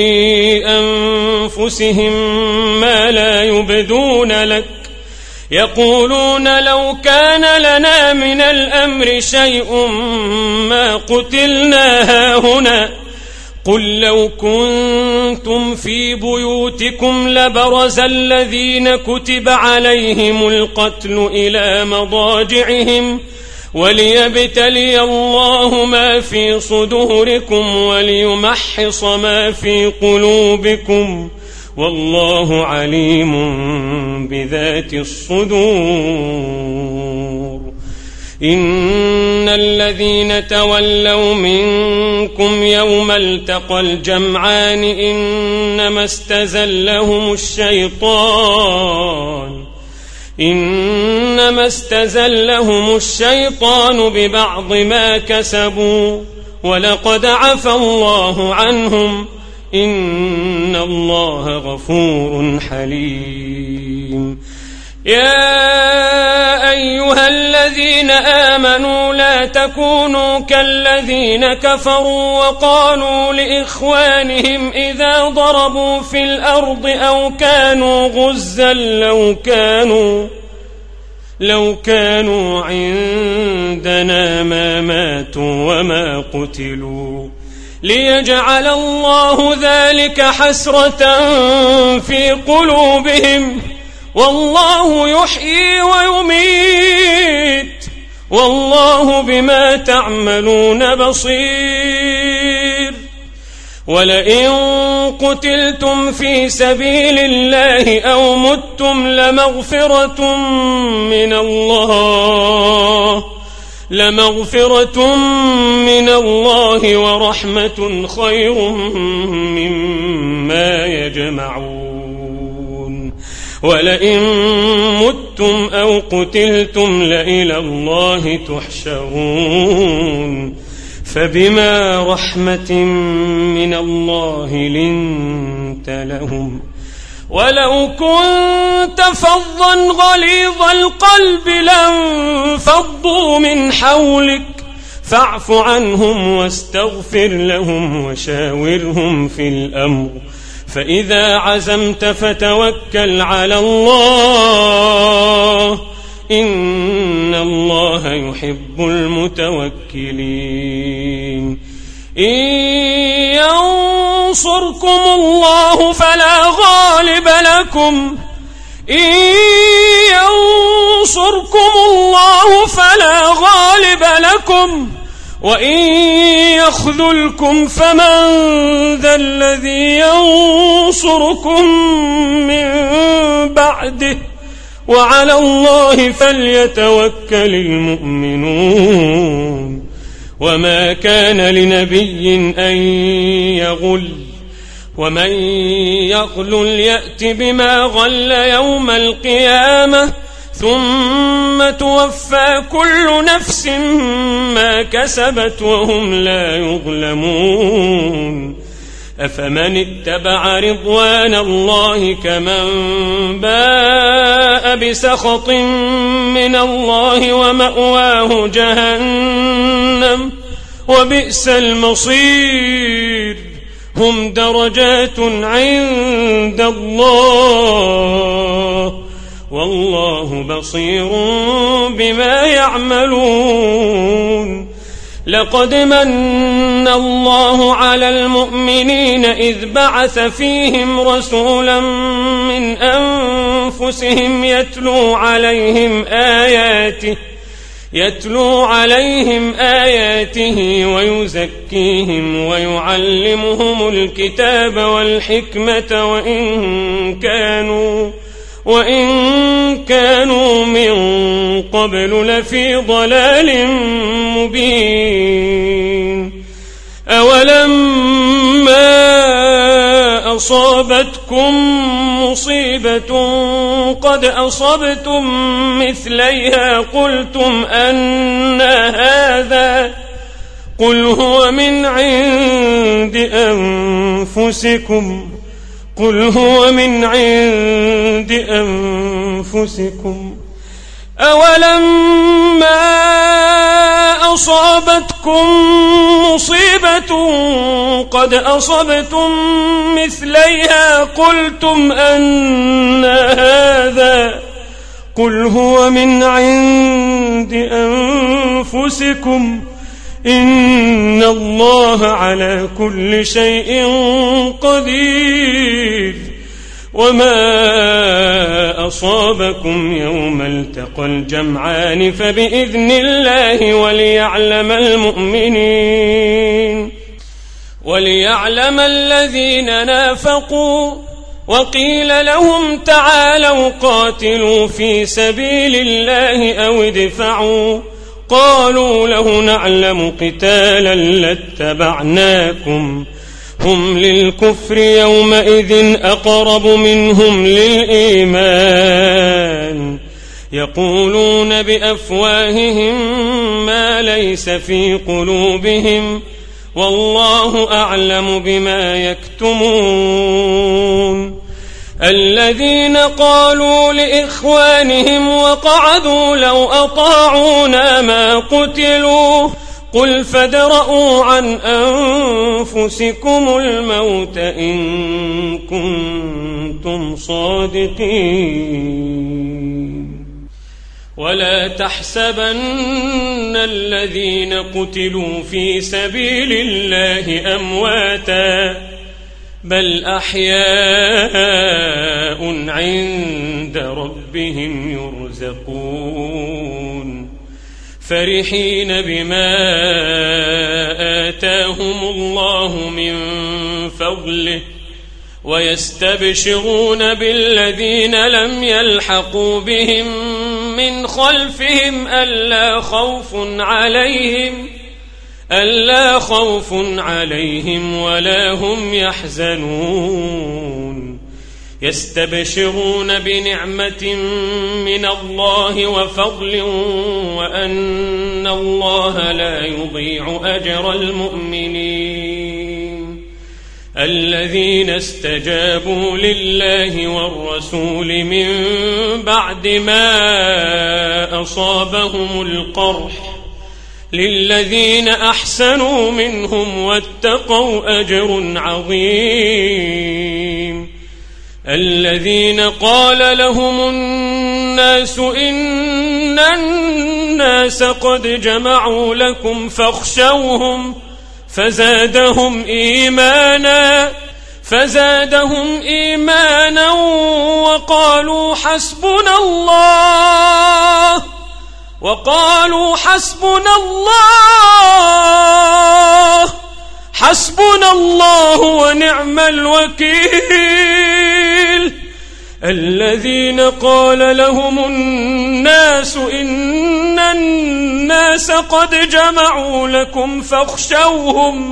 أنفسهم ما لا يبدون لك يقولون لو كان لنا من الأمر شيء ما قتلنا هاهنا قل لو كنتم في بيوتكم لبرز الذين كتب عليهم القتل إلى مضاجعهم وليبتلي الله ما في صدوركم وليمحص ما في قلوبكم والله عليم بذات الصدور. إن الذين تولوا منكم يوم التقى الجمعان إنما استزلهم الشيطان ببعض ما كسبوا ولقد عفا الله عنهم إن الله غفور حليم. يا أيها الذين آمنوا لا تكونوا كالذين كفروا وقالوا لإخوانهم إذا ضربوا في الأرض أو كانوا غزا لو كانوا عندنا ما ماتوا وما قتلوا ليجعل الله ذلك حسرة في قلوبهم والله يحيي ويميت والله بما تعملون بصير. ولئن قتلتم في سبيل الله أو متم لمغفرة من الله ورحمة خير مما يجمعون. ولئن متم أو قتلتم لإلى الله تحشرون. فبما رحمة من الله لنت لهم، ولو كنت فظا غليظ القلب لانفضوا من حولك فاعف عنهم واستغفر لهم وشاورهم في الأمر، فإذا عزمت فتوكل على الله إن الله يحب المتوكلين. إن ينصركم الله فلا غالب لكم وإن يخذلكم فمن ذا الذي ينصركم من بعده وعلى الله فليتوكل المؤمنون. وما كان لنبي أن يغل ومن يغل يأت بما غل يوم القيامة ثم توفى كل نفس ما كسبت وهم لا يظلمون. أفمن اتبع رضوان الله كمن باء بسخط من الله ومأواه جهنم وبئس المصير. هم درجات عند الله والله بصير بما يعملون. لقد من الله على المؤمنين إذ بعث فيهم رسولا من أنفسهم يتلو عليهم آياته ويزكيهم ويعلمهم الكتاب والحكمة وإن كانوا من قبل لفي ضلال مبين. أولما أصابتكم مصيبة قد أصبتم مثليها قلتم أن هذا قل هو من عند أنفسكم أولما أصابتكم مصيبة قد أصبتم مثليها قلتم أن هذا قل هو من عند أنفسكم إن الله على كل شيء قدير. وما أصابكم يوم التقى الجمعان فبإذن الله وليعلم الذين نافقوا. وقيل لهم تعالوا قاتلوا في سبيل الله أو ادفعوا قالوا لو نعلم قتالا لاتبعناكم هم للكفر يومئذ أقرب منهم للإيمان يقولون بأفواههم ما ليس في قلوبهم والله أعلم بما يكتمون. الذين قالوا لإخوانهم وقعدوا لو أطاعونا ما قتلوا قل فادرءوا عن أنفسكم الموت إن كنتم صادقين. ولا تحسبن الذين قتلوا في سبيل الله أمواتا بل أحياء عند ربهم يرزقون فرحين بما آتاهم الله من فضله ويستبشرون بالذين لم يلحقوا بهم من خلفهم ألا خوف عليهم ولا هم يحزنون يستبشرون بنعمة من الله وفضل وأن الله لا يضيع أجر المؤمنين الذين استجابوا لله والرسول من بعد ما أصابهم القرح للذين أحسنوا منهم واتقوا أجر عظيم الذين قال لهم الناس إن الناس قد جمعوا لكم فاخشوهم فزادهم إيمانا وقالوا حسبنا الله ونعم الوكيل الذين قال لهم الناس إن الناس قد جمعوا لكم فاخشوهم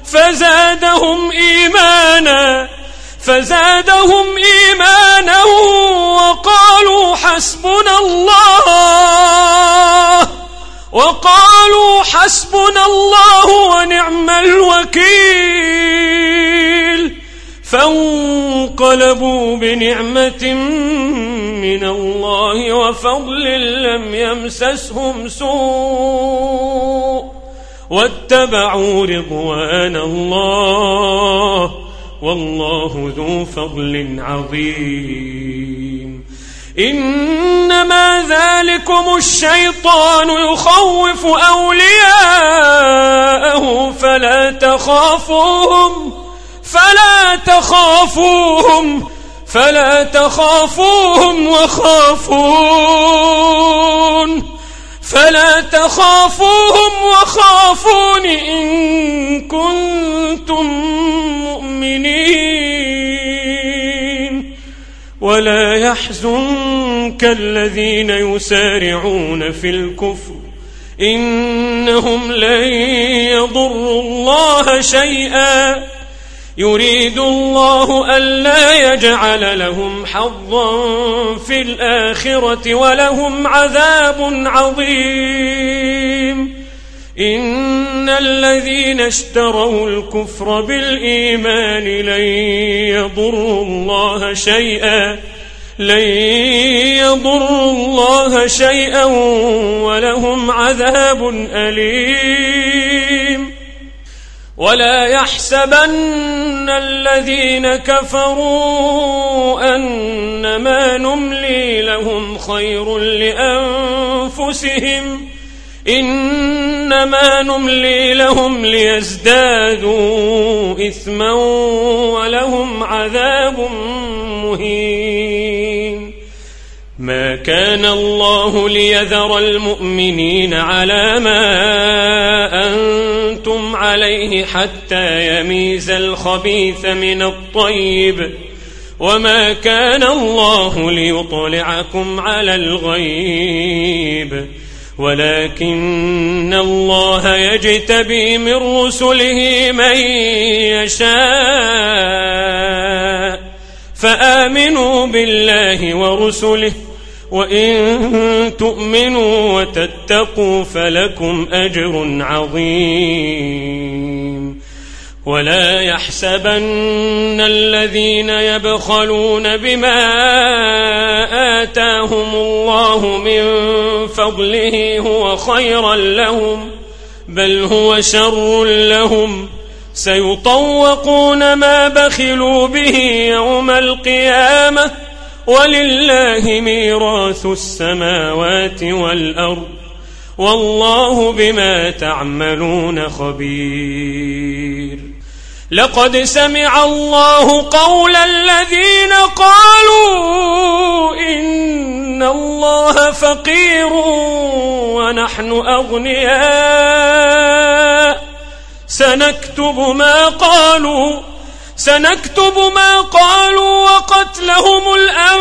فزادهم إيمانا وقالوا حسبنا الله ونعم الوكيل فانقلبوا بنعمة من الله وفضل لم يمسسهم سوء واتبعوا رضوان الله والله ذو فضل عظيم إنما ذلكم الشيطان يخوف أولياءه فلا تخافوهم وخافون إن كنتم مؤمنين ولا يحزنك الذين يسارعون في الكفر إنهم لن يضروا الله شيئا يريد الله ألا يجعل لهم حظا في الآخرة ولهم عذاب عظيم إن الذين اشتروا الكفر بالإيمان لن يضروا الله شيئا ولهم عذاب أليم ولا يحسبن الذين كفروا أنما نملي لهم خير لأنفسهم إنما نملي لهم ليزدادوا إثما ولهم عذاب مهين ما كان الله ليذر المؤمنين على ما أنتم عليه حتى يميز الخبيث من الطيب وما كان الله ليطلعكم على الغيب ولكن الله يجتبي من رسله من يشاء فآمنوا بالله ورسله وإن تؤمنوا وتتقوا فلكم أجر عظيم ولا يحسبن الذين يبخلون بما آتاهم الله من فضله هو خيرا لهم بل هو شر لهم سيطوقون ما بخلوا به يوم القيامة ولله ميراث السماوات والأرض والله بما تعملون خبير لقد سمع الله قول الذين قالوا إن الله فقير ونحن أغنياء سنكتب ما قالوا وقتلهم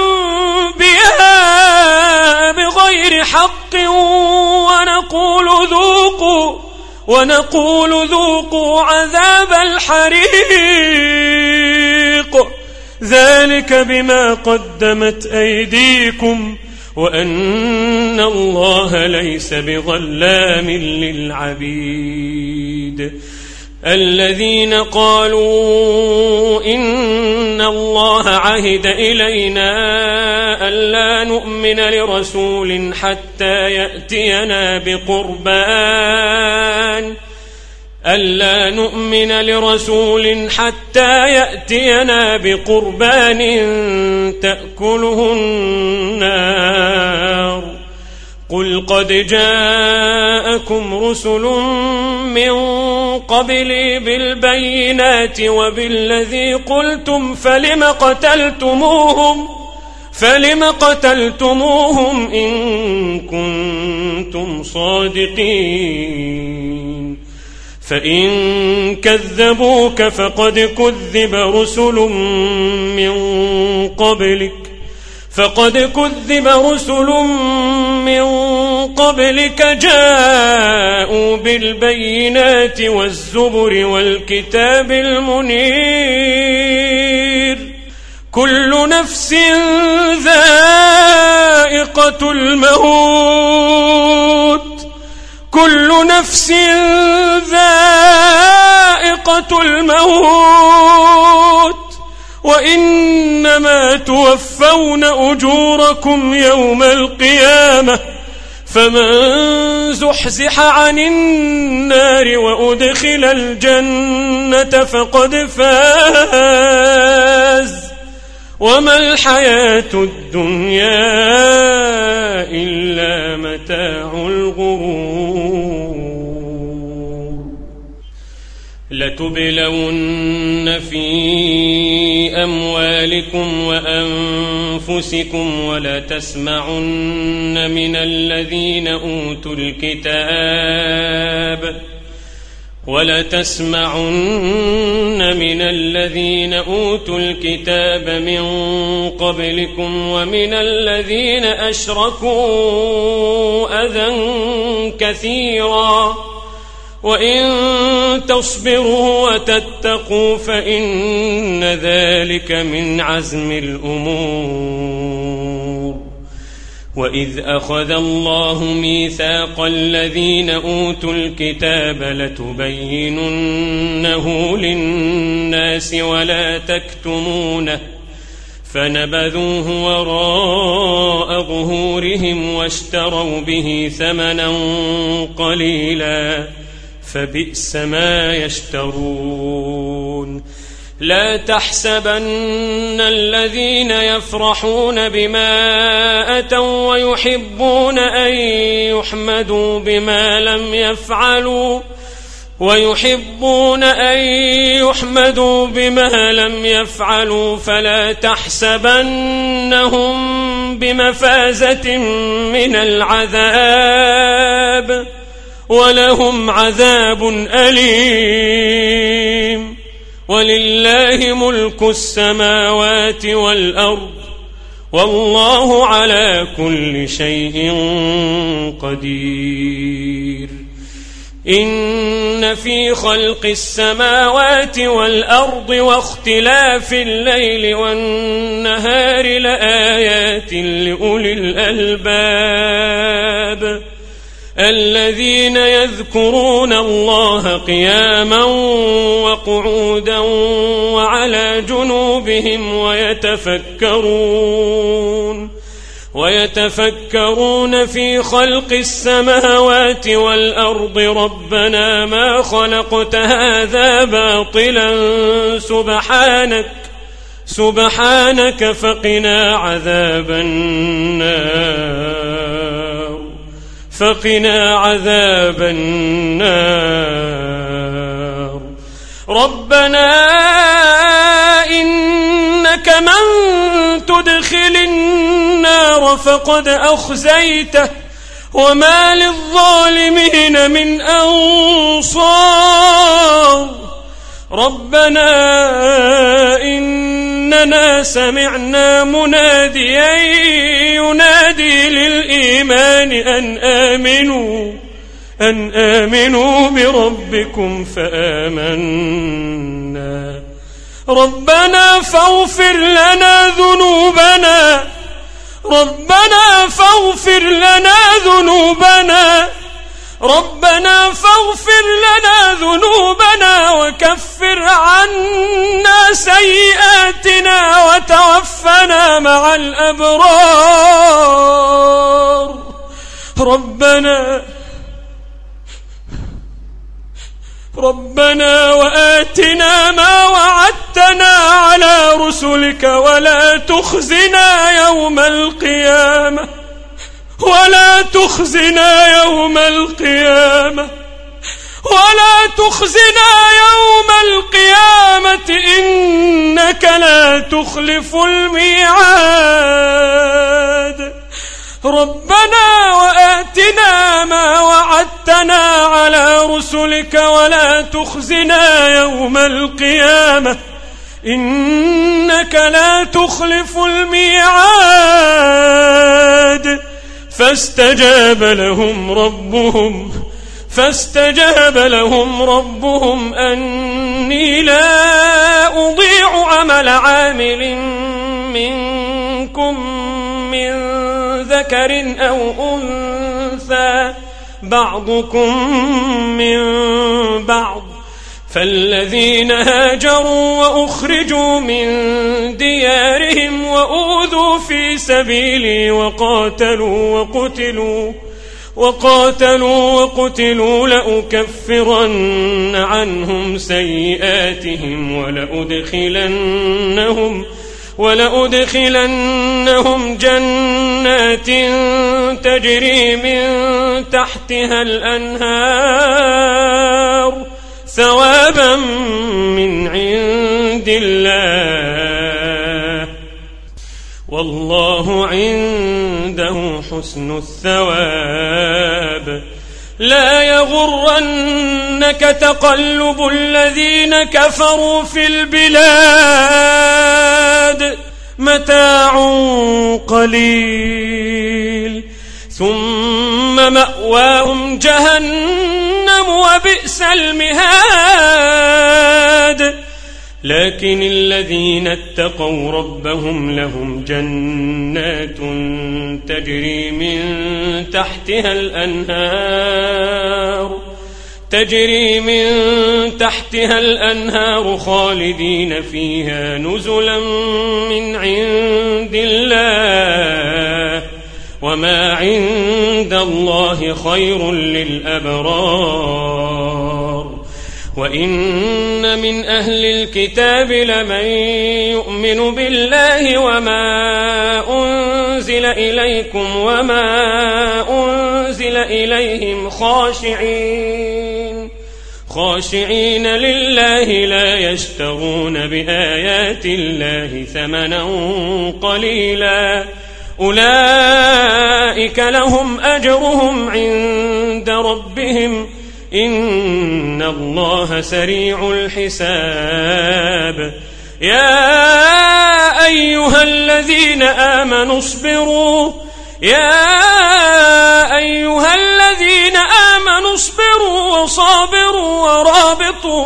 الأنبياء بغير حق ونقول ذوقوا عذاب الحريق ذلك بما قدمت أيديكم وأن الله ليس بظلام للعبيد الذين قالوا إن الله عهد إلينا ألا نؤمن لرسول حتى يأتينا بقربان تأكله النار قل قد جاءكم رسل من قبلي بالبينات وبالذي قلتم فلم قتلتموهم إن كنتم صادقين فإن كذبوك فقد كذب رسل من قبلك جاءوا بالبينات والزبر والكتاب المنير كل نفس ذائقة الموت وإنما توفون أجوركم يوم القيامة فمن زحزح عن النار وأدخل الجنة فقد فاز وما الحياة الدنيا إلا متاع الغرور لتبلون في أموالكم وأنفسكم ولتسمعن من الذين أوتوا الكتاب من قبلكم ومن الذين أشركوا أذى كثيرا وإن تصبروا وتتقوا فإن ذلك من عزم الأمور وإذ أخذ الله ميثاق الذين أوتوا الكتاب لتبيننه للناس ولا تكتمونه فنبذوه وراء ظهورهم واشتروا به ثمنا قليلا فبئس ما يشترون لا تحسبن الذين يفرحون بما أتوا ويحبون أن يحمدوا بما لم يفعلوا فلا تحسبنهم بمفازة من العذاب ولهم عذاب أليم ولله ملك السماوات والأرض والله على كل شيء قدير إن في خلق السماوات والأرض واختلاف الليل والنهار لآيات لأولي الألباب الذين يذكرون الله قياما وقعودا وعلى جنوبهم ويتفكرون في خلق السماوات والأرض ربنا ما خلقت هذا باطلا سبحانك فقنا عذاب النار ربنا إنك من تدخل النار فقد أخزيته وما للظالمين من أنصار ربنا إننا سمعنا مناديا ينادي للإيمان أن آمنوا بربكم فآمنا ربنا فاغفر لنا ذنوبنا وكفر عنا سيئاتنا وتوفنا مع الأبرار ربنا وآتنا ما وعدتنا على رسلك ولا تخزنا يوم القيامة إنك لا تخلف الميعاد ربنا وآتنا ما وعدتنا على رسلك ولا تخزنا يوم القيامة إنك لا تخلف الميعاد فاستجاب لهم ربهم أني لا أضيع عمل عامل منكم من ذكر أو أنثى بعضكم من بعض فالذين هاجروا وأخرجوا من ديارهم وأوذوا في سبيلي وقاتلوا وقتلوا لأكفرن عنهم سيئاتهم ولأدخلنهم جنات تجري من تحتها الأنهار ثوابا من عند الله والله عنده حسن الثواب لا يغرنك تقلب الذين كفروا في البلاد متاع قليل ثم مأواهم جهنم وبئس المهاد لكن الذين اتقوا ربهم لهم جنات تجري من تحتها الأنهار خالدين فيها نزلا من عند الله وما عند الله خير للأبرار وإن من أهل الكتاب لمن يؤمن بالله وما أنزل إليكم وما أنزل إليهم خاشعين لله لا يشترون بآيات الله ثمنا قليلا أولئك لهم أجرهم عند ربهم إن الله سريع الحساب يا أيها الذين آمنوا اصبروا وصابروا ورابطوا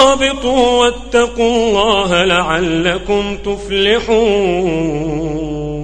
واتقوا الله لعلكم تفلحون